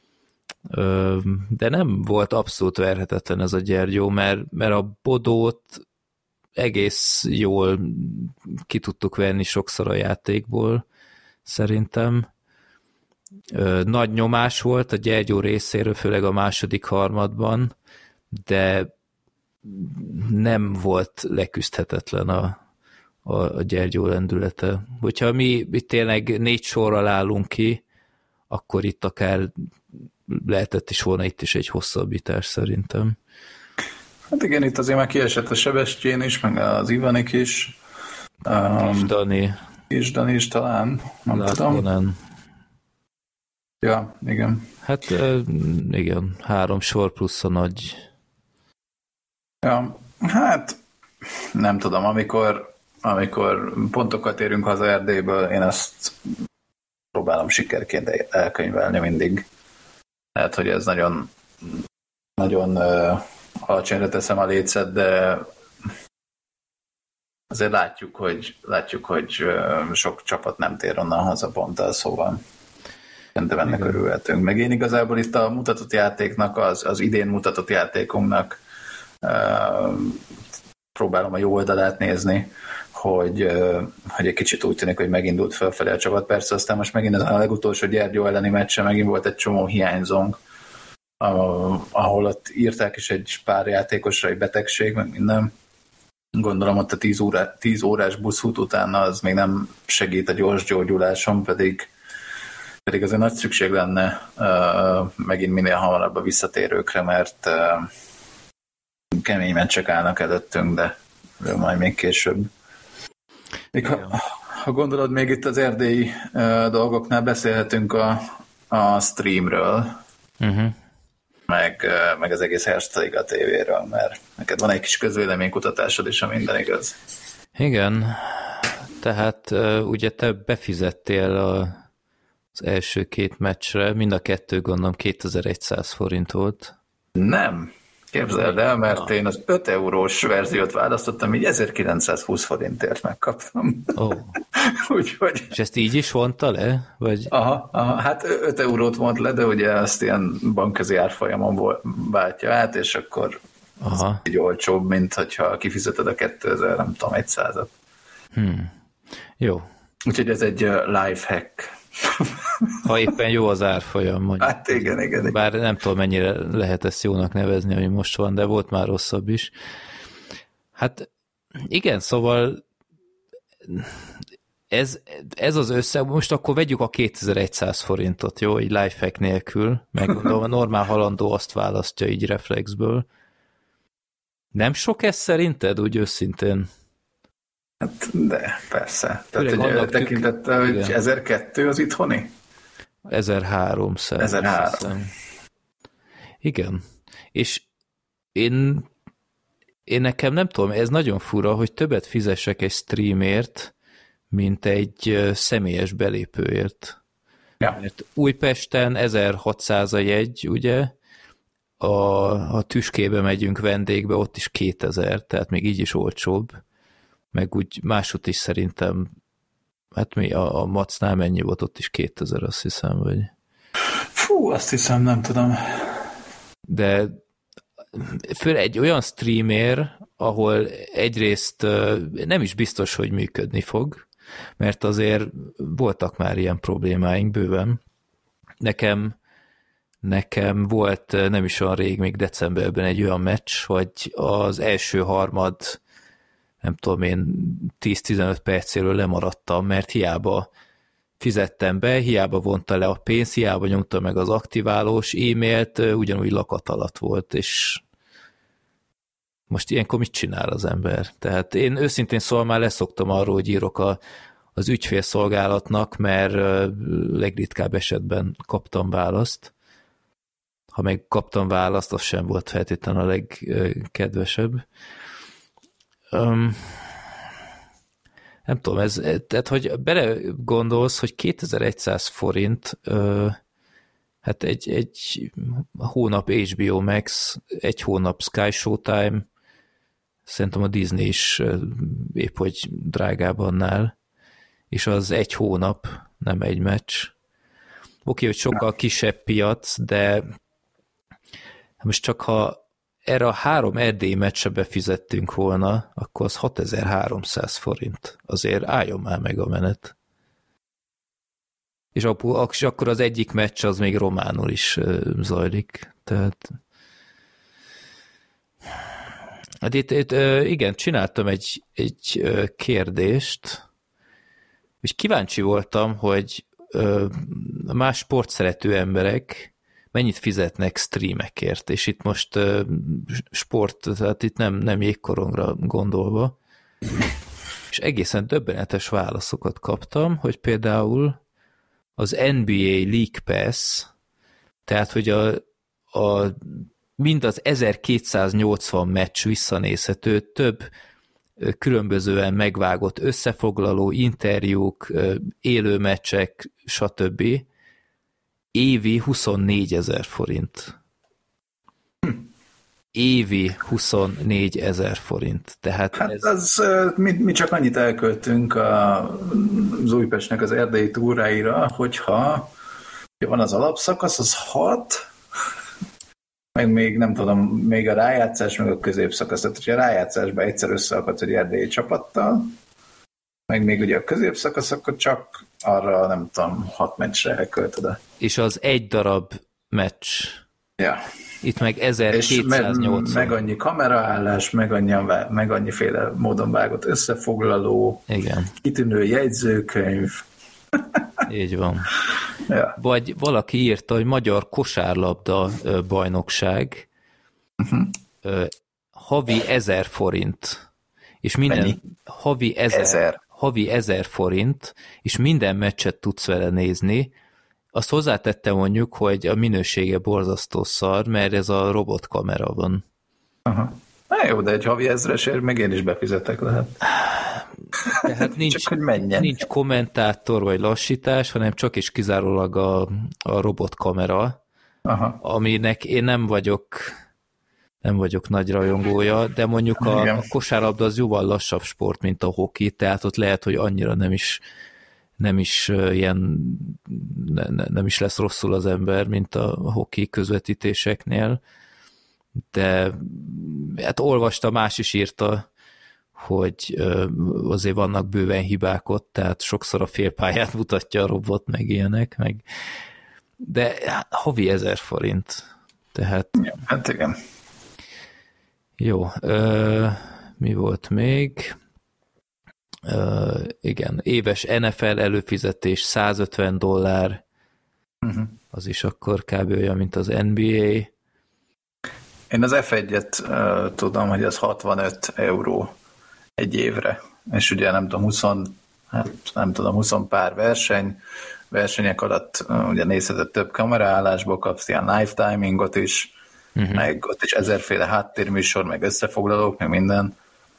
De nem volt abszolút verhetetlen ez a Gyergyó, mert a Bodót egész jól ki tudtuk venni sokszor a játékból, szerintem. Nagy nyomás volt a Gyergyó részéről, főleg a második harmadban, de nem volt leküzdhetetlen a Gyergyó lendülete. Hogyha mi tényleg 4 sorral állunk ki, akkor itt akár lehetett is volna itt is egy hosszabbítás szerintem. Hát igen, itt azért már kiesett a Sebestyén is, meg az Ivanik is. És Dani. És Dani is talán, nem tudom. Ja, igen. Hát igen, 3 sor plusz a nagy. Ja, hát nem tudom, amikor pontokat érünk haza Erdélyből, én azt próbálom sikerként elkönyvelni mindig. Lehet, hogy ez nagyon alacsonyra teszem a lécet, de azért látjuk, hogy sok csapat nem tér onnan haza ponttal, szóval de ennek örülhetünk. Meg én igazából itt a mutatott játéknak, az idén mutatott játékunknak próbálom a jó oldalát nézni, hogy egy kicsit úgy tűnik, hogy megindult felfelé a csapat. Persze aztán most megint ez a legutolsó Gyergyó elleni meccsen megint volt egy csomó hiányzónk, ahol ott írták is egy pár játékosra egy betegség, meg minden. Gondolom ott a 10 órás buszút utána az még nem segít a gyors gyógyuláson, pedig azért nagy szükség lenne megint minél hamarabb a visszatérőkre, mert kemény meccsek állnak előttünk, de majd még később. Ha gondolod, még itt az erdélyi dolgoknál beszélhetünk a streamről. meg az egész Herszliga tévéről, mert neked van egy kis közvéleménykutatásod is, ha minden igaz. Igen, tehát ugye te befizettél az első 2 meccsre, mind a 2 gondolom 2100 forint volt. Nem, képzeld el, mert én az 5 eurós verziót választottam, így 1920 forintért megkaptam. Oh. Úgyhogy... És ezt így is vonta le? Vagy... Aha, hát 5 eurót vont le, de ugye azt ilyen bankközi árfolyamon váltja át, és akkor így olcsóbb, mint hogyha kifizeted a 2000, nem tudom, 100-at. Jó. Úgyhogy ez egy lifehack. Ha éppen jó az árfolyam, mondjuk. Hát igen. Bár nem tudom, mennyire lehet ezt jónak nevezni, ami most van, de volt már rosszabb is. Hát igen, szóval ez az összeg, most akkor vegyük a 2100 forintot, jó, így lifehack nélkül, meg gondolom, a normál halandó azt választja így reflexből. Nem sok ez szerinted, úgy őszintén? Hát de, persze. Tehát ugye tekintettel, hogy 1002 az itthoni? 1300. 1300. Igen. És én nekem nem tudom, ez nagyon fura, hogy többet fizessek egy streamért, mint egy személyes belépőért. Ja. Mert Újpesten 1600 a jegy, ugye? A Tüskébe megyünk vendégbe, ott is 2000, tehát még így is olcsóbb. Meg úgy máshogy is szerintem, hát mi a Macnál mennyi volt, ott is 2000, azt hiszem, vagy... Fú, azt hiszem, nem tudom. De föl egy olyan streamer, ahol egyrészt nem is biztos, hogy működni fog, mert azért voltak már ilyen problémáink bőven. Nekem volt nem is olyan rég, még decemberben egy olyan meccs, hogy az első harmad, nem tudom én, 10-15 percéről lemaradtam, mert hiába fizettem be, hiába vonta le a pénzt, hiába nyomta meg az aktiválós e-mailt, ugyanúgy lakat alatt volt, és most ilyenkor mit csinál az ember? Tehát én őszintén szóval már leszoktam arról, hogy írok az ügyfélszolgálatnak, mert legritkább esetben kaptam választ. Ha meg kaptam választ, az sem volt feltétlenül a legkedvesebb. Nem tudom, tehát hogy bele gondolsz, hogy 2100 forint, hát egy hónap HBO Max, egy hónap Sky Showtime, szerintem a Disney is épp hogy drágább annál, és az egy hónap, nem egy meccs. Oké, hogy sokkal kisebb piac, de most csak ha erre a 3 erdélyi meccsre befizettünk volna, akkor az 6300 forint. Azért álljon már meg a menet. És akkor az egyik meccs az még románul is zajlik. Tehát... Hát itt igen, csináltam egy kérdést, és kíváncsi voltam, hogy más sportszerető emberek mennyit fizetnek streamekért, és itt most sport, tehát itt nem jégkorongra gondolva, és egészen döbbenetes válaszokat kaptam, hogy például az NBA League Pass, tehát hogy mind az 1280 meccs visszanézhető, több különbözően megvágott összefoglaló, interjúk, élő meccsek, stb. Évi 24 000 forint. Évi 24 000 forint. Tehát hát mi csak annyit elköltünk az Újpestnek az erdélyi túráira, hogyha van az alapszakasz, az 6, meg még nem tudom, még a rájátszás, meg a középszakasz. Tehát, hogyha a rájátszásban egyszer összeakadsz egy erdélyi csapattal, meg még ugye a középszakasz, akkor csak arra, nem tudom, 6 meccsre elköltöd. És az egy darab meccs. Ja. Itt meg 1280. És meg annyi kameraállás, meg annyiféle módon vágott összefoglaló, igen. Kitűnő jegyzőkönyv. Így van. Ja. Vagy valaki írta, hogy Magyar Kosárlabda bajnokság havi 1000 forint. És minden mennyi? havi 1000 forint, és minden meccset tudsz vele nézni. azt hozzátette mondjuk, hogy a minősége borzasztó szar, mert ez a robotkamera van. Aha. Na jó, de egy havi 1000-esért meg én is befizetek lehet. Tehát nincs kommentátor vagy lassítás, hanem csak és kizárólag a robotkamera, aha, aminek én nem vagyok nagy rajongója, de mondjuk a kosárlabda az jóval lassabb sport, mint a hoki, tehát ott lehet, hogy annyira nem is lesz rosszul az ember, mint a hoki közvetítéseknél, de hát olvasta, más is írta, hogy azért vannak bőven hibák ott, tehát sokszor a félpályát mutatja a robot, meg ilyenek, de havi 1000 forint. Tehát... Ja, hát igen. Jó, mi volt még? Igen, éves NFL előfizetés $150, az is akkor kb. Olyan, mint az NBA. Én az F1-et tudom, hogy az 65 euró egy évre, és ugye nem tudom, 20 pár versenyek alatt ugye nézheted több kameraállásból, kapsz ilyen live timingot is, meg ott is 1000-féle háttérműsor, meg összefoglalók, meg minden.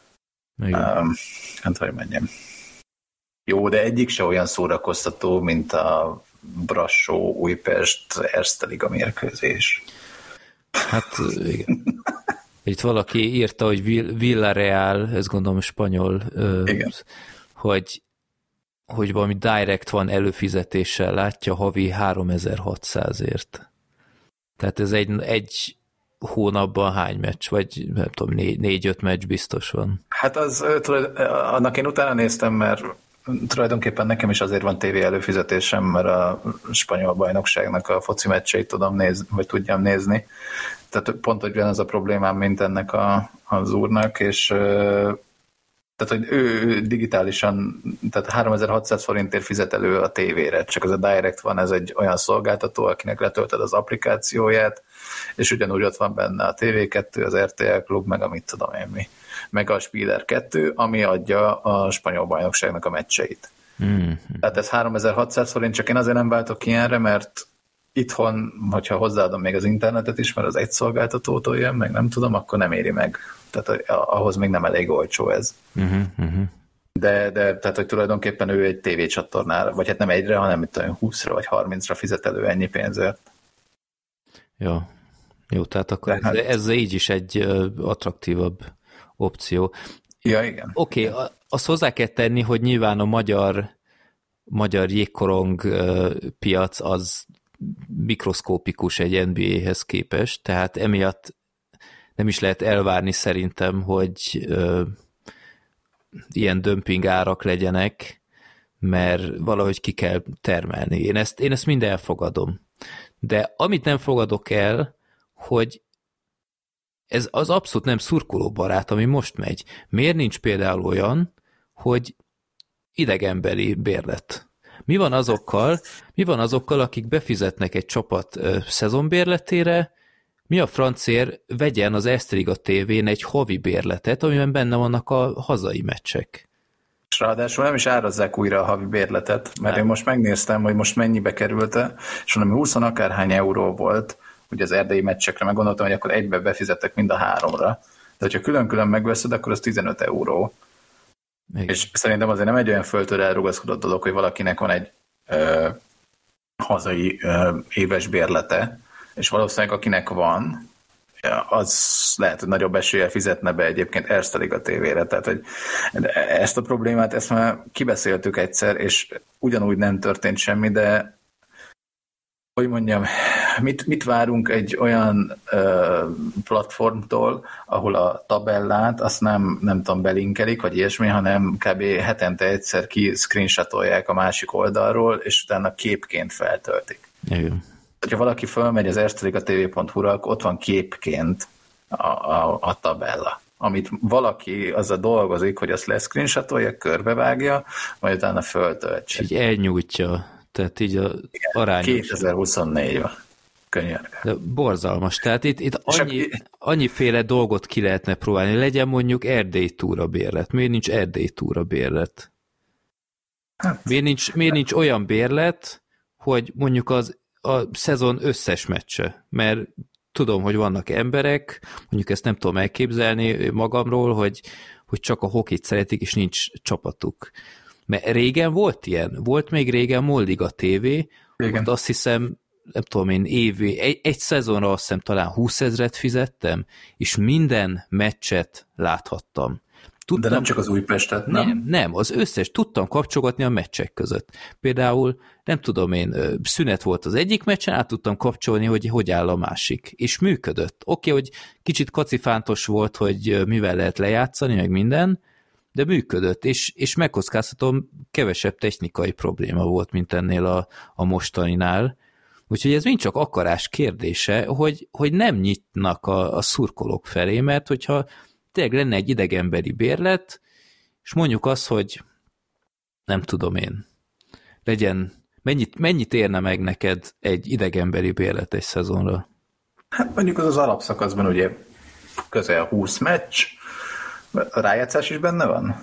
Hát, hogy mondjam. Jó, de egyik se olyan szórakoztató, mint a Brassó-Újpest Erste Liga mérkőzés. Hát igen. Itt valaki írta, hogy Villarreal, ez gondolom spanyol, hogy valami direct van előfizetéssel, látja havi 3600-ért. Tehát ez egy hónapban hány meccs, vagy nem tudom, 4-5 meccs biztos van. Hát annak én utána néztem, mert tulajdonképpen nekem is azért van tévé előfizetésem, mert a spanyol bajnokságnak a foci meccseit tudom nézni, vagy tudjam nézni. Tehát pont ugyan az a problémám, mint ennek az úrnak, és tehát, hogy ő digitálisan, tehát 3600 forintért fizet elő a tévére, csak az a Direct van, ez egy olyan szolgáltató, akinek letölted az applikációját, és ugyanúgy ott van benne a TV2, az RTL Klub, meg amit tudom én mi, meg a Spieler 2, ami adja a spanyol bajnokságnak a meccseit. Tehát ez 3600 forint, csak én azért nem váltok ilyenre, mert itthon, hogyha hozzáadom még az internetet is, mert az egy szolgáltatótól jön, meg nem tudom, akkor nem éri meg. Tehát ahhoz még nem elég olcsó ez. De tehát, hogy tulajdonképpen ő egy tévécsatornára, vagy hát nem egyre, hanem 20-ra vagy 30-ra fizet elő ennyi pénzért. Ja. Jó, tehát akkor ez így is egy attraktívabb opció. Ja, igen. Oké, azt hozzá kell tenni, hogy nyilván a magyar jégkorong piac az mikroszkópikus egy NBA-hez képest, tehát emiatt nem is lehet elvárni szerintem, hogy ilyen dömping árak legyenek, mert valahogy ki kell termelni. Én ezt mind elfogadom. De amit nem fogadok el, hogy ez az abszolút nem szurkolóbarát, ami most megy. Miért nincs például olyan, hogy idegenbeli bérlet? Mi van azokkal, akik befizetnek egy csapat szezonbérletére, mi a francér vegyen az Erste Liga tévén egy havi bérletet, amiben benne vannak a hazai meccsek? És ráadásul nem is árazzák újra a havi bérletet, mert én most megnéztem, hogy most mennyibe került, és valami 20 akárhány euró volt, ugye az erdélyi meccsekre, meg gondoltam, hogy akkor egybe befizettek mind a 3-ra. De hogyha külön-külön megveszed, akkor az 15 euró. Igen. És szerintem azért nem egy olyan földtől elrugaszkodott dolog, hogy valakinek van egy hazai éves bérlete, és valószínűleg akinek van, az lehet, hogy nagyobb eséllyel fizetne be egyébként Erste Liga tévére. Tehát, hogy ezt a problémát, ezt már kibeszéltük egyszer, és ugyanúgy nem történt semmi, de hogy mondjam, mit várunk egy olyan platformtól, ahol a tabellát azt nem tudom, belinkelik, vagy ilyesmi, hanem kb. Hetente egyszer screenshotolják a másik oldalról, és utána képként feltöltik. Igen. Ha valaki fölmegy az ersteligatv.hu-ra, akkor ott van képként a tabella, amit valaki azzal dolgozik, hogy azt leszcreenshotolja, körbevágja, majd utána föltöltse. Így elnyújtja. Tehát így a arányos. 2024-ben. Könyörgő. Borzalmas. Tehát itt annyiféle dolgot ki lehetne próbálni. Legyen mondjuk Erdély túra bérlet. Miért nincs Erdély túra bérlet? Hát, miért nincs olyan bérlet, hogy mondjuk a szezon összes meccse, mert tudom, hogy vannak emberek, mondjuk ezt nem tudom elképzelni magamról, hogy csak a hokit szeretik, és nincs csapatuk. Mert régen volt ilyen, volt még régen Molliga TV, ott azt hiszem, nem tudom én, egy szezonra azt hiszem talán 20 000 fizettem, és minden meccset láthattam. De nem csak az Újpestet, nem? Nem, az összes, tudtam kapcsolgatni a meccsek között. Például, nem tudom én, szünet volt az egyik meccsen, át tudtam kapcsolni, hogy áll a másik. És működött. Oké, hogy kicsit kacifántos volt, hogy mivel lehet lejátszani, meg minden, de működött, és megkockáztatom, kevesebb technikai probléma volt, mint ennél a mostaninál. Úgyhogy ez mind csak akarás kérdése, hogy nem nyitnak a szurkolók felé, mert hogyha tényleg lenne egy idegenbeli bérlet, és mondjuk az, hogy nem tudom én, legyen, mennyit érne meg neked egy idegenbeli bérlet egy szezonra? Hát mondjuk az alapszakaszban ugye közel 20 meccs, a rájátszás is benne van?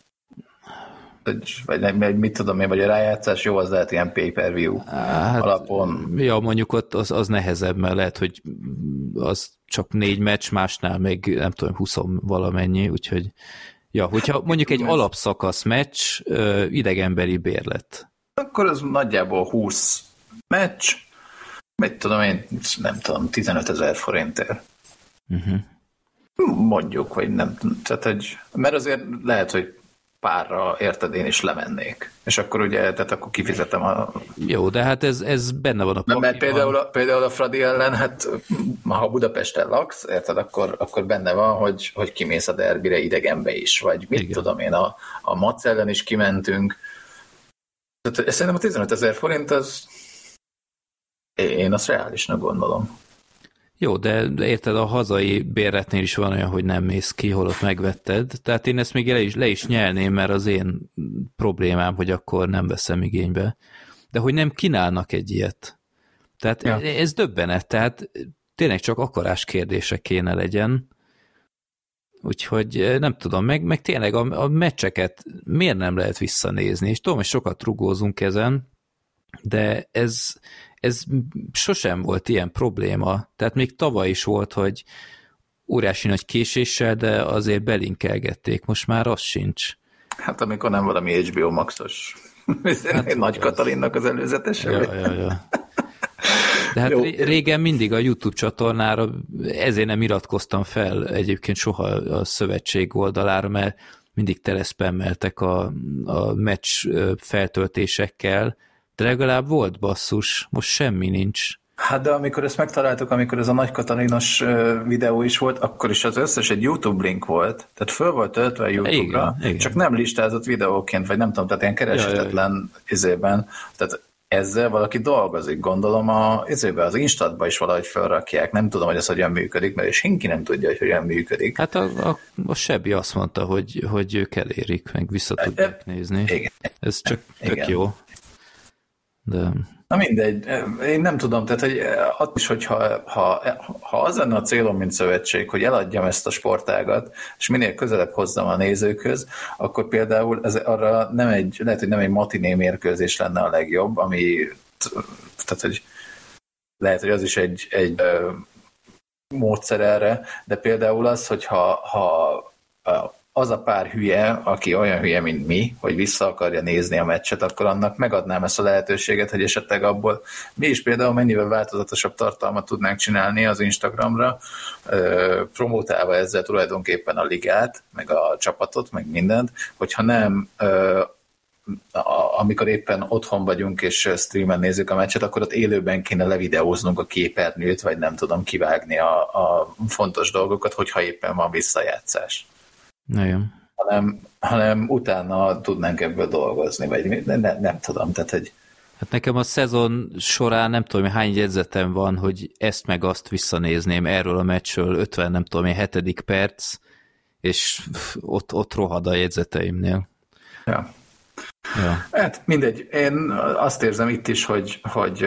Vagy mit tudom én, vagy a rájátszás jó, az lehet ilyen pay-per-view alapon. Ja, mondjuk ott az nehezebb, mert lehet, hogy az csak 4 meccs, másnál még nem tudom, 20 valamennyi, úgyhogy ja, hogyha mondjuk egy alapszakasz meccs, idegenbeli bérlet. Akkor az nagyjából 20 meccs, mit tudom én, nem tudom, 15 000 forintért. Mondjuk, vagy nem, tehát mert azért lehet, hogy párra, érted, én is lemennék. És akkor ugye, tehát akkor kifizetem a... Jó, de hát ez benne van a pakliban. Mert például a Fradi ellen, hát ha Budapesten laksz, érted, akkor benne van, hogy kimész a derbire idegenbe is, vagy mit igen. Tudom én, a Mac ellen is kimentünk. Tehát szerintem a 15 000 forint az én azt reálisnak gondolom. Jó, de érted, a hazai bérletnél is van olyan, hogy nem mész ki, holott megvetted. Tehát én ezt még le is nyelném, mert az én problémám, hogy akkor nem veszem igénybe. De hogy nem kínálnak egy ilyet. Tehát ja. Ez döbbenet, tehát tényleg csak akarás kérdése kéne legyen. Úgyhogy nem tudom, meg tényleg a meccseket miért nem lehet visszanézni? És tudom, hogy sokat rugózunk ezen, de ez sosem volt ilyen probléma. Tehát még tavaly is volt, hogy óriási nagy késéssel, de azért belinkelgették. Most már az sincs. Hát amikor nem valami HBO Max-os hát, Nagy Katalinnak az előzetese. Ja. De hát régen mindig a YouTube csatornára ezért nem iratkoztam fel egyébként soha a szövetség oldalára, mert mindig teleszpammeltek a meccs feltöltésekkel, de legalább volt basszus, most semmi nincs. Hát de amikor ezt megtaláltuk, amikor ez a Nagy Katalinos videó is volt, akkor is az összes egy YouTube link volt, tehát föl volt töltve a YouTube-ra, igen. Csak nem listázott videóként, vagy nem tudom, tehát ilyen kereshetetlen izében, tehát ezzel valaki dolgozik, gondolom az Instatba is valahogy felrakják, nem tudom, hogy ez hogyan működik, mert senki nem tudja, hogy hogyan működik. Hát a Sebi azt mondta, hogy ők elérik, meg vissza tudják nézni. Igen. Ez csak tök jó. De... Na mindegy, én nem tudom, tehát hogy ott is, hogyha az lenne a célom, mint szövetség, hogy eladjam ezt a sportágat, és minél közelebb hozzam a nézőkhöz, akkor például arra lehet, hogy nem egy matiné mérkőzés lenne a legjobb, tehát hogy lehet, hogy az is egy módszer erre, de például az, hogyha az a pár hülye, aki olyan hülye, mint mi, hogy vissza akarja nézni a meccset, akkor annak megadnám ezt a lehetőséget, hogy esetleg abból mi is például mennyivel változatosabb tartalmat tudnánk csinálni az Instagramra, promotálva ezzel tulajdonképpen a ligát, meg a csapatot, meg mindent, hogyha nem amikor éppen otthon vagyunk és streamen nézzük a meccset, akkor ott élőben kéne levideóznunk a képernyőt, vagy nem tudom kivágni a fontos dolgokat, hogyha éppen van visszajátszás. Nagyon. Hanem utána tudnánk ebből dolgozni, vagy nem tudom, tehát hogy... Hát nekem a szezon során nem tudom, hány jegyzetem van, hogy ezt meg azt visszanézném erről a meccsről 50, nem tudom, 7. perc, és ott rohad a jegyzeteimnél. Ja. Hát mindegy, én azt érzem itt is, hogy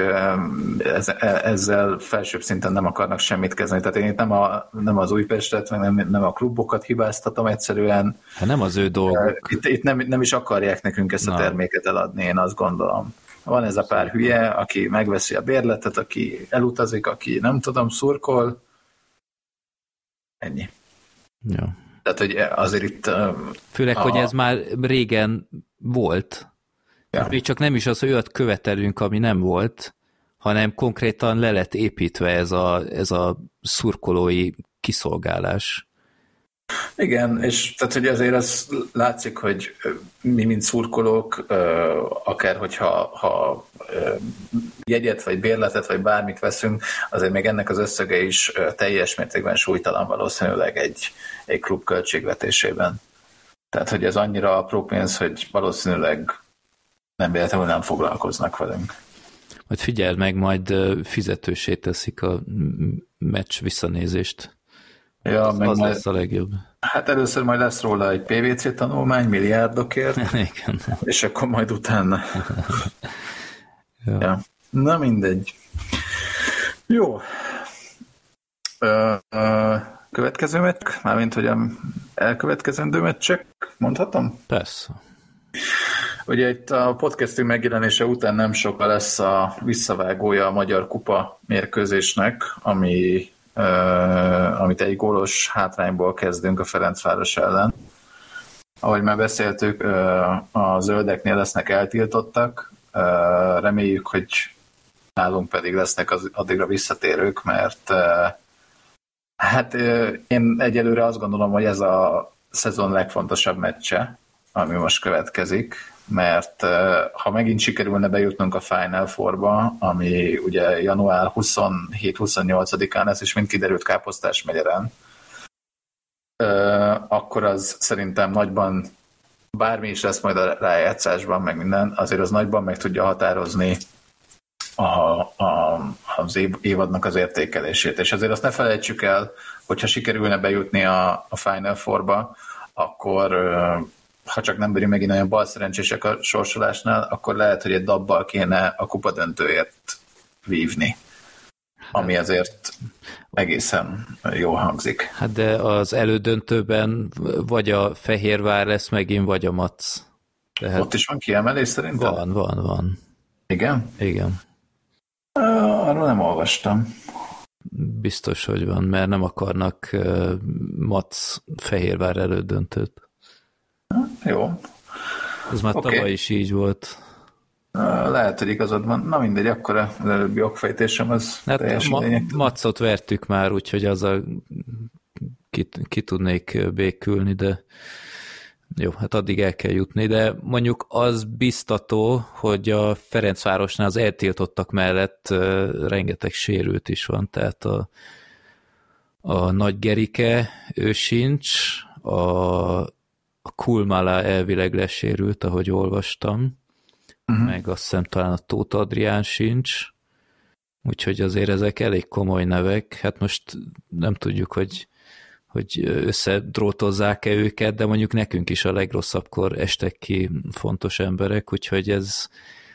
ezzel felsőbb szinten nem akarnak semmit kezdeni. Tehát én itt nem az Újpestet, meg nem a klubokat hibáztatom egyszerűen. Hát nem az ő dolguk. Itt nem is akarják nekünk ezt a terméket eladni, én azt gondolom. van ez a pár hülye, aki megveszi a bérletet, aki elutazik, aki nem tudom, szurkol. Ennyi. Ja. Tehát, hogy azért itt... Főleg, hogy ez már régen volt. Ja. Még csak nem is az, hogy olyat követelünk, ami nem volt, hanem konkrétan le lett építve ez a szurkolói kiszolgálás. Igen, és tehát, hogy azért az látszik, hogy mi, mint szurkolók, akár hogyha jegyet, vagy bérletet, vagy bármit veszünk, azért még ennek az összege is teljes mértékben súlytalan valószínűleg egy klub költségvetésében. Tehát, hogy ez annyira apró pénz, hogy valószínűleg nem véletlenül nem foglalkoznak velünk. Majd figyeld meg, majd fizetősé teszik a meccs visszanézést. Ja, az meg lesz a legjobb. Hát először majd lesz róla egy PVC tanulmány milliárdokért, Igen. És akkor majd utána. Ja. Ja. Na mindegy. Jó. Következő meccs, mármint hogy a elkövetkezendő meccsek, mondhatom? Persze. Ugye itt a podcastünk megjelenése után nem sokkal lesz a visszavágója a Magyar Kupa mérkőzésnek, amit egy gólos hátrányból kezdünk a Ferencváros ellen. Ahogy már beszéltük, a zöldeknél lesznek eltiltottak, reméljük, hogy nálunk pedig lesznek addigra visszatérők, mert hát én egyelőre azt gondolom, hogy ez a szezon legfontosabb meccse, ami most következik, mert ha megint sikerülne bejutnunk a Final Fourba, ami ugye január 27-28-án lesz, és mind kiderült Káposztás megyeren, akkor az szerintem nagyban, bármi is lesz majd a rájátszásban, meg minden, azért az nagyban meg tudja határozni az évadnak az értékelését. És azért azt ne felejtsük el, hogyha sikerülne bejutni a Final Fourba, akkor ha csak nem bírjuk megint olyan balszerencsések a sorsolásnál, akkor lehet, hogy egy dabbal kéne a kupadöntőért vívni, ami azért egészen jól hangzik. Hát de az elődöntőben vagy a Fehérvár lesz megint, vagy a Mac. Tehát ott is van kiemelés szerintem? Van. Igen? Igen. Arról nem olvastam. Biztos, hogy van, mert nem akarnak Mac Fehérvár elődöntőt. Jó. Ez már tavaly is így volt. Lehet, hogy igazad van. Na mindegy, akkor az előbbi okfejtésem az teljesen lényegtelen. Macot vertük már, úgyhogy azzal ki tudnék békülni, de jó, hát addig el kell jutni, de mondjuk az biztató, hogy a Ferencvárosnál az eltiltottak mellett rengeteg sérült is van, tehát a Nagy Gerike, ő sincs, a Kulmala elvileg lesérült, ahogy olvastam, meg azt hiszem talán a Tóth Adrián sincs, úgyhogy azért ezek elég komoly nevek, hát most nem tudjuk, hogy összedrótozzák-e őket, de mondjuk nekünk is a legrosszabbkor estek ki fontos emberek, úgyhogy ez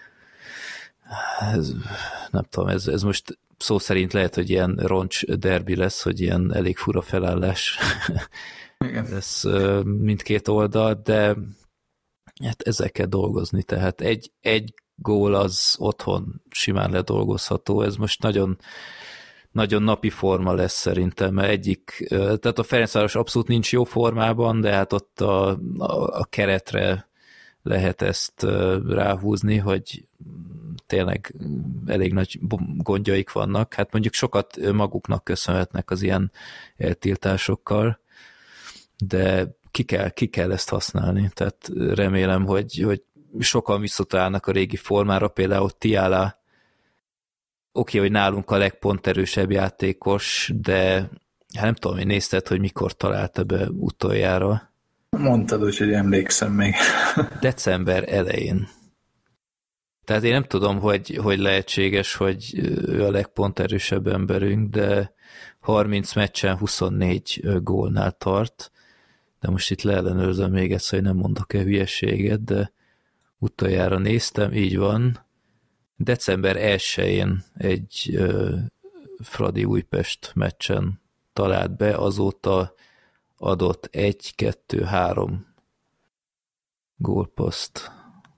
nem tudom, ez most szó szerint lehet, hogy ilyen roncs derbi lesz, hogy ilyen elég fura felállás lesz mindkét oldal, de hát ezzel kell dolgozni, tehát egy gól az otthon simán ledolgozható, ez most nagyon, nagyon napi forma lesz szerintem, mert tehát a Ferencváros abszolút nincs jó formában, de hát ott a keretre lehet ezt ráhúzni, hogy tényleg elég nagy gondjaik vannak, hát mondjuk sokat maguknak köszönhetnek az ilyen eltiltásokkal, de ki kell ezt használni, tehát remélem, hogy sokan visszatalálnak a régi formára, például Tiala, oké, hogy nálunk a legponterősebb játékos, de hát nem tudom, én nézted, hogy mikor találta be utoljára. Mondtad, hogy emlékszem még. December elején. Tehát én nem tudom, hogy lehetséges, hogy ő a legponterősebb emberünk, de 30 meccsen 24 gólnál tart, de most itt leellenőrzöm még egyszer, hogy nem mondok-e hülyeséget, de utoljára néztem, így van. December 1-én egy Fradi Újpest meccsen talált be, azóta adott 1-2-3 gólposzt.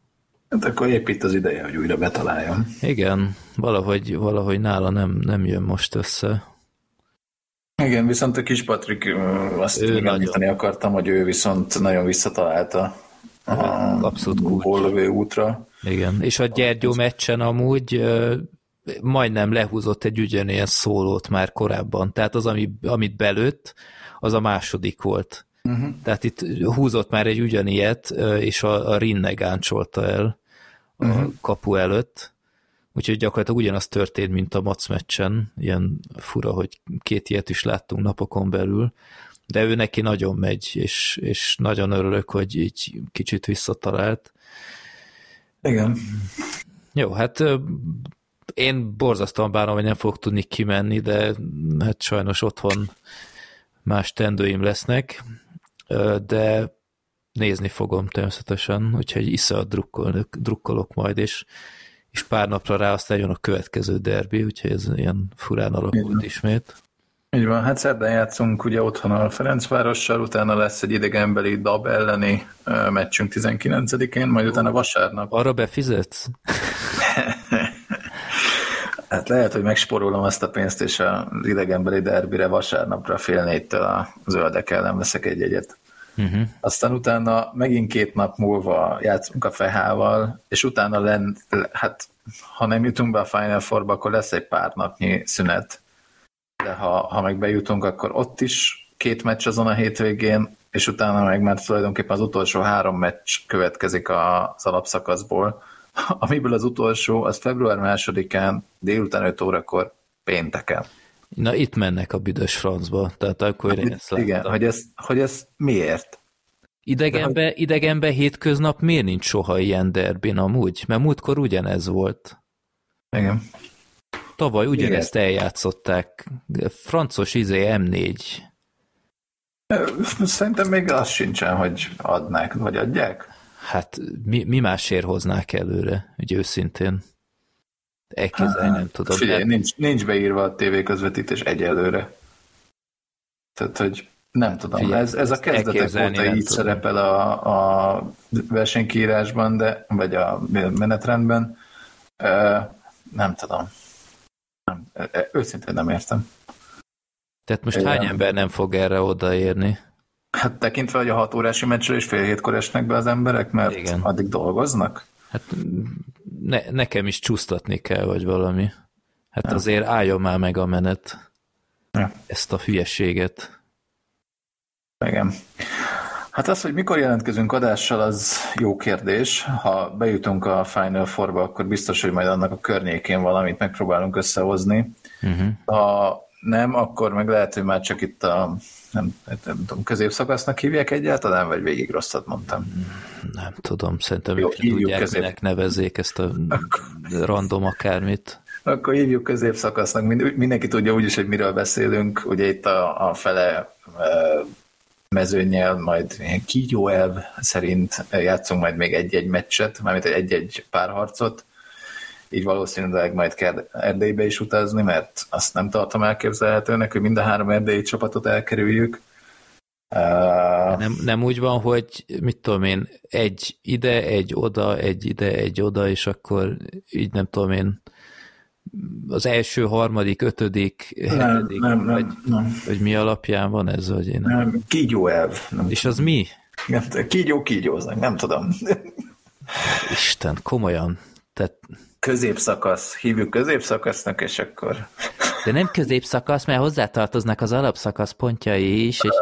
Hát akkor épp itt az ideje, hogy újra betaláljam. Igen, valahogy nála nem jön most össze. Igen, viszont a kis Patrik, azt még említeni akartam, hogy ő viszont nagyon visszatalálta abszolút bollövő útra. Igen, és a Gyergyó meccsen amúgy majdnem lehúzott egy ugyanilyen szólót már korábban, tehát az, amit belőtt, az a második volt. Tehát itt húzott már egy ugyanilyet, és a Rinne gáncsolta el a kapu előtt, úgyhogy gyakorlatilag ugyanaz történt, mint a Mac meccsen, ilyen fura, hogy 2 ilyet is láttunk napokon belül, de ő neki nagyon megy, és nagyon örülök, hogy így kicsit visszatalált. Igen. Jó, hát én borzasztóan bánom, hogy nem fogok tudni kimenni, de hát sajnos otthon más tendőim lesznek, de nézni fogom természetesen, úgyhogy iszonyat drukkolok majd, és pár napra rá aztán jön a következő derbi, úgyhogy ez ilyen furán alakult ismét. Így van, hát szerdán játszunk ugye otthon a Ferencvárossal, utána lesz egy idegenbeli DAB elleni meccsünk 19-én, majd utána vasárnap. Arra befizetsz? Hát lehet, hogy megspórolom azt a pénzt, és az idegenbeli derbire vasárnapra 3:30 a Zöldek ellen veszek egy jegyet. Aztán utána megint 2 nap múlva játszunk a Fehával, és utána hát ha nem jutunk be a Final Fourba, akkor lesz egy pár napnyi szünet. De ha meg bejutunk, akkor ott is 2 meccs azon a hétvégén, és utána meg már tulajdonképpen az utolsó 3 meccs következik az alapszakaszból, amiből az utolsó, az február 2-án délután 5 órakor pénteken. Na itt mennek a büdös francba, tehát akkor én ezt láttam. Igen, hogy ez miért? Idegenbe hétköznap miért nincs soha ilyen derbin amúgy? Mert múltkor ugyanez volt. Igen. Tavaly ugyanezt eljátszották. Francos M4. Szerintem még az sincsen, hogy adnák, vagy adják. Hát mi másért hoznák előre, hogy őszintén. Elképzelni nem tudom. Figyelj, nincs beírva a tévéközvetítés egyelőre. Tehát, hogy nem tudom. Figyelj, ez a kezdetek óta így szerepel a versenykiírásban, vagy a menetrendben. Nem tudom. Őszintén nem értem. Tehát most hány ember nem fog erre odaérni? Hát tekintve, hogy a 6 órási meccsről is 6:30 esnek be az emberek, mert igen, addig dolgoznak? Hát nekem is csúsztatni kell, vagy valami. Hát azért álljon már meg a menet. Ezt a hülyeséget. Igen. Hát az, hogy mikor jelentkezünk adással, az jó kérdés. Ha bejutunk a Final Fourba, akkor biztos, hogy majd annak a környékén valamit megpróbálunk összehozni. Ha nem, akkor meg lehet, hogy már csak itt a nem tudom, középszakasznak hívják egyáltalán, vagy végig rosszat mondtam? Nem tudom, szerintem ők tudják, minek nevezzék ezt a random akármit. Akkor hívjuk középszakasznak, mindenki tudja úgyis, hogy miről beszélünk, ugye itt a fele mezőnnyel, majd ilyen kígyóelv szerint játszunk majd még egy-egy meccset, mármint egy-egy párharcot, így valószínűleg majd kell Erdélybe is utazni, mert azt nem tartom elképzelhetőnek, hogy mind a 3 erdélyi csapatot elkerüljük. Nem úgy van, hogy mit tudom én, egy ide, egy oda, egy ide, egy oda, és akkor így nem tudom én, az első, harmadik, 5., 7., vagy mi alapján van ez, vagy én nem. Kígyóelv. És az mi? Kígyóznak, nem tudom. Isten, komolyan. Tehát... Középszakasz, hívjuk középszakasznak, és akkor... De nem középszakasz, mert hozzátartoznak az alapszakasz pontjai is, és...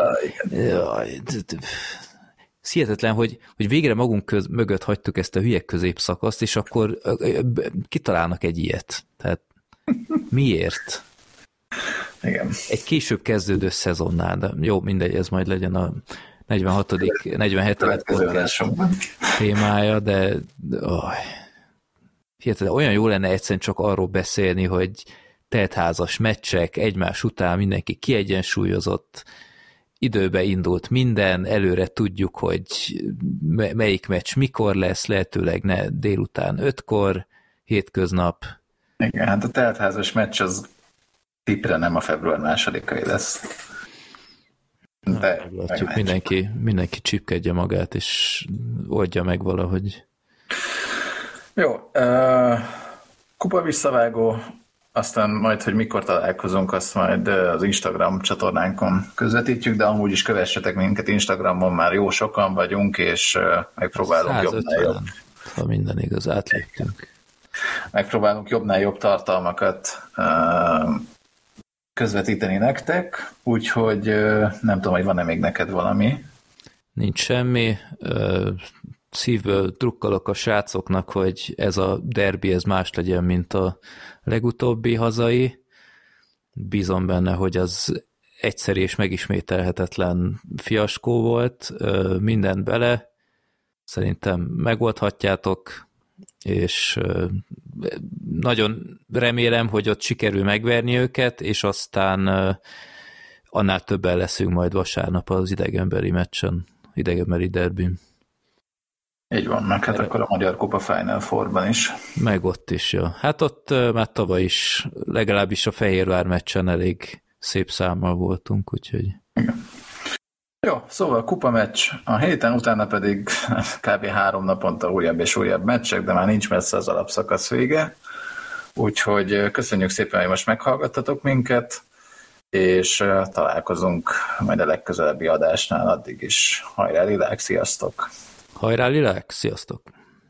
Hihetetlen, hogy végre magunk mögött hagytuk ezt a hülye középszakaszt, és akkor kitalálnak egy ilyet. Tehát miért? Igen. Egy később kezdődő szezonnál, de jó, mindegy, ez majd legyen a 47. podcast témája, de hihetetlen, olyan jó lenne egyszerűen csak arról beszélni, hogy teltházas meccsek egymás után, mindenki kiegyensúlyozott, időbe indult minden, előre tudjuk, hogy melyik meccs mikor lesz, lehetőleg ne délután 5-kor, hétköznap. Igen, hát a teltházas meccs az tipre nem a február 2-ai lesz. De látjuk, mindenki csipkedje magát, és oldja meg valahogy. Jó, kupa visszavágó, aztán majd, hogy mikor találkozunk, azt majd az Instagram csatornánkon közvetítjük, de amúgy is kövessetek minket Instagramon, már jó sokan vagyunk, és megpróbálunk jobbnál jobb. Ha minden igaz, átléptünk. Megpróbálunk jobbnál jobb tartalmakat közvetíteni nektek, úgyhogy nem tudom, hogy van-e még neked valami. Nincs semmi. Szívből drukkolok a srácoknak, hogy ez a derbi ez más legyen, mint a legutóbbi hazai. Bízom benne, hogy az egyszerű és megismételhetetlen fiaskó volt. Mindent bele. Szerintem megoldhatjátok, és nagyon remélem, hogy ott sikerül megverni őket, és aztán annál többen leszünk majd vasárnap az idegenbeli meccsen, idegenbeli derbin. Így van, meg hát akkor a Magyar Kupa Final Four-ban is. Meg ott is, ja. Hát ott már tavaly is, legalábbis a Fehérvár meccsen elég szép számmal voltunk, úgyhogy... Igen. Jó, szóval kupa meccs a héten, utána pedig kb. 3 naponta újabb és újabb meccsek, de már nincs messze az alapszakasz vége. Úgyhogy köszönjük szépen, hogy most meghallgattatok minket, és találkozunk majd a legközelebbi adásnál, addig is. Hajrá, Lilák, sziasztok! Hajrá, Lilák, sziasztok!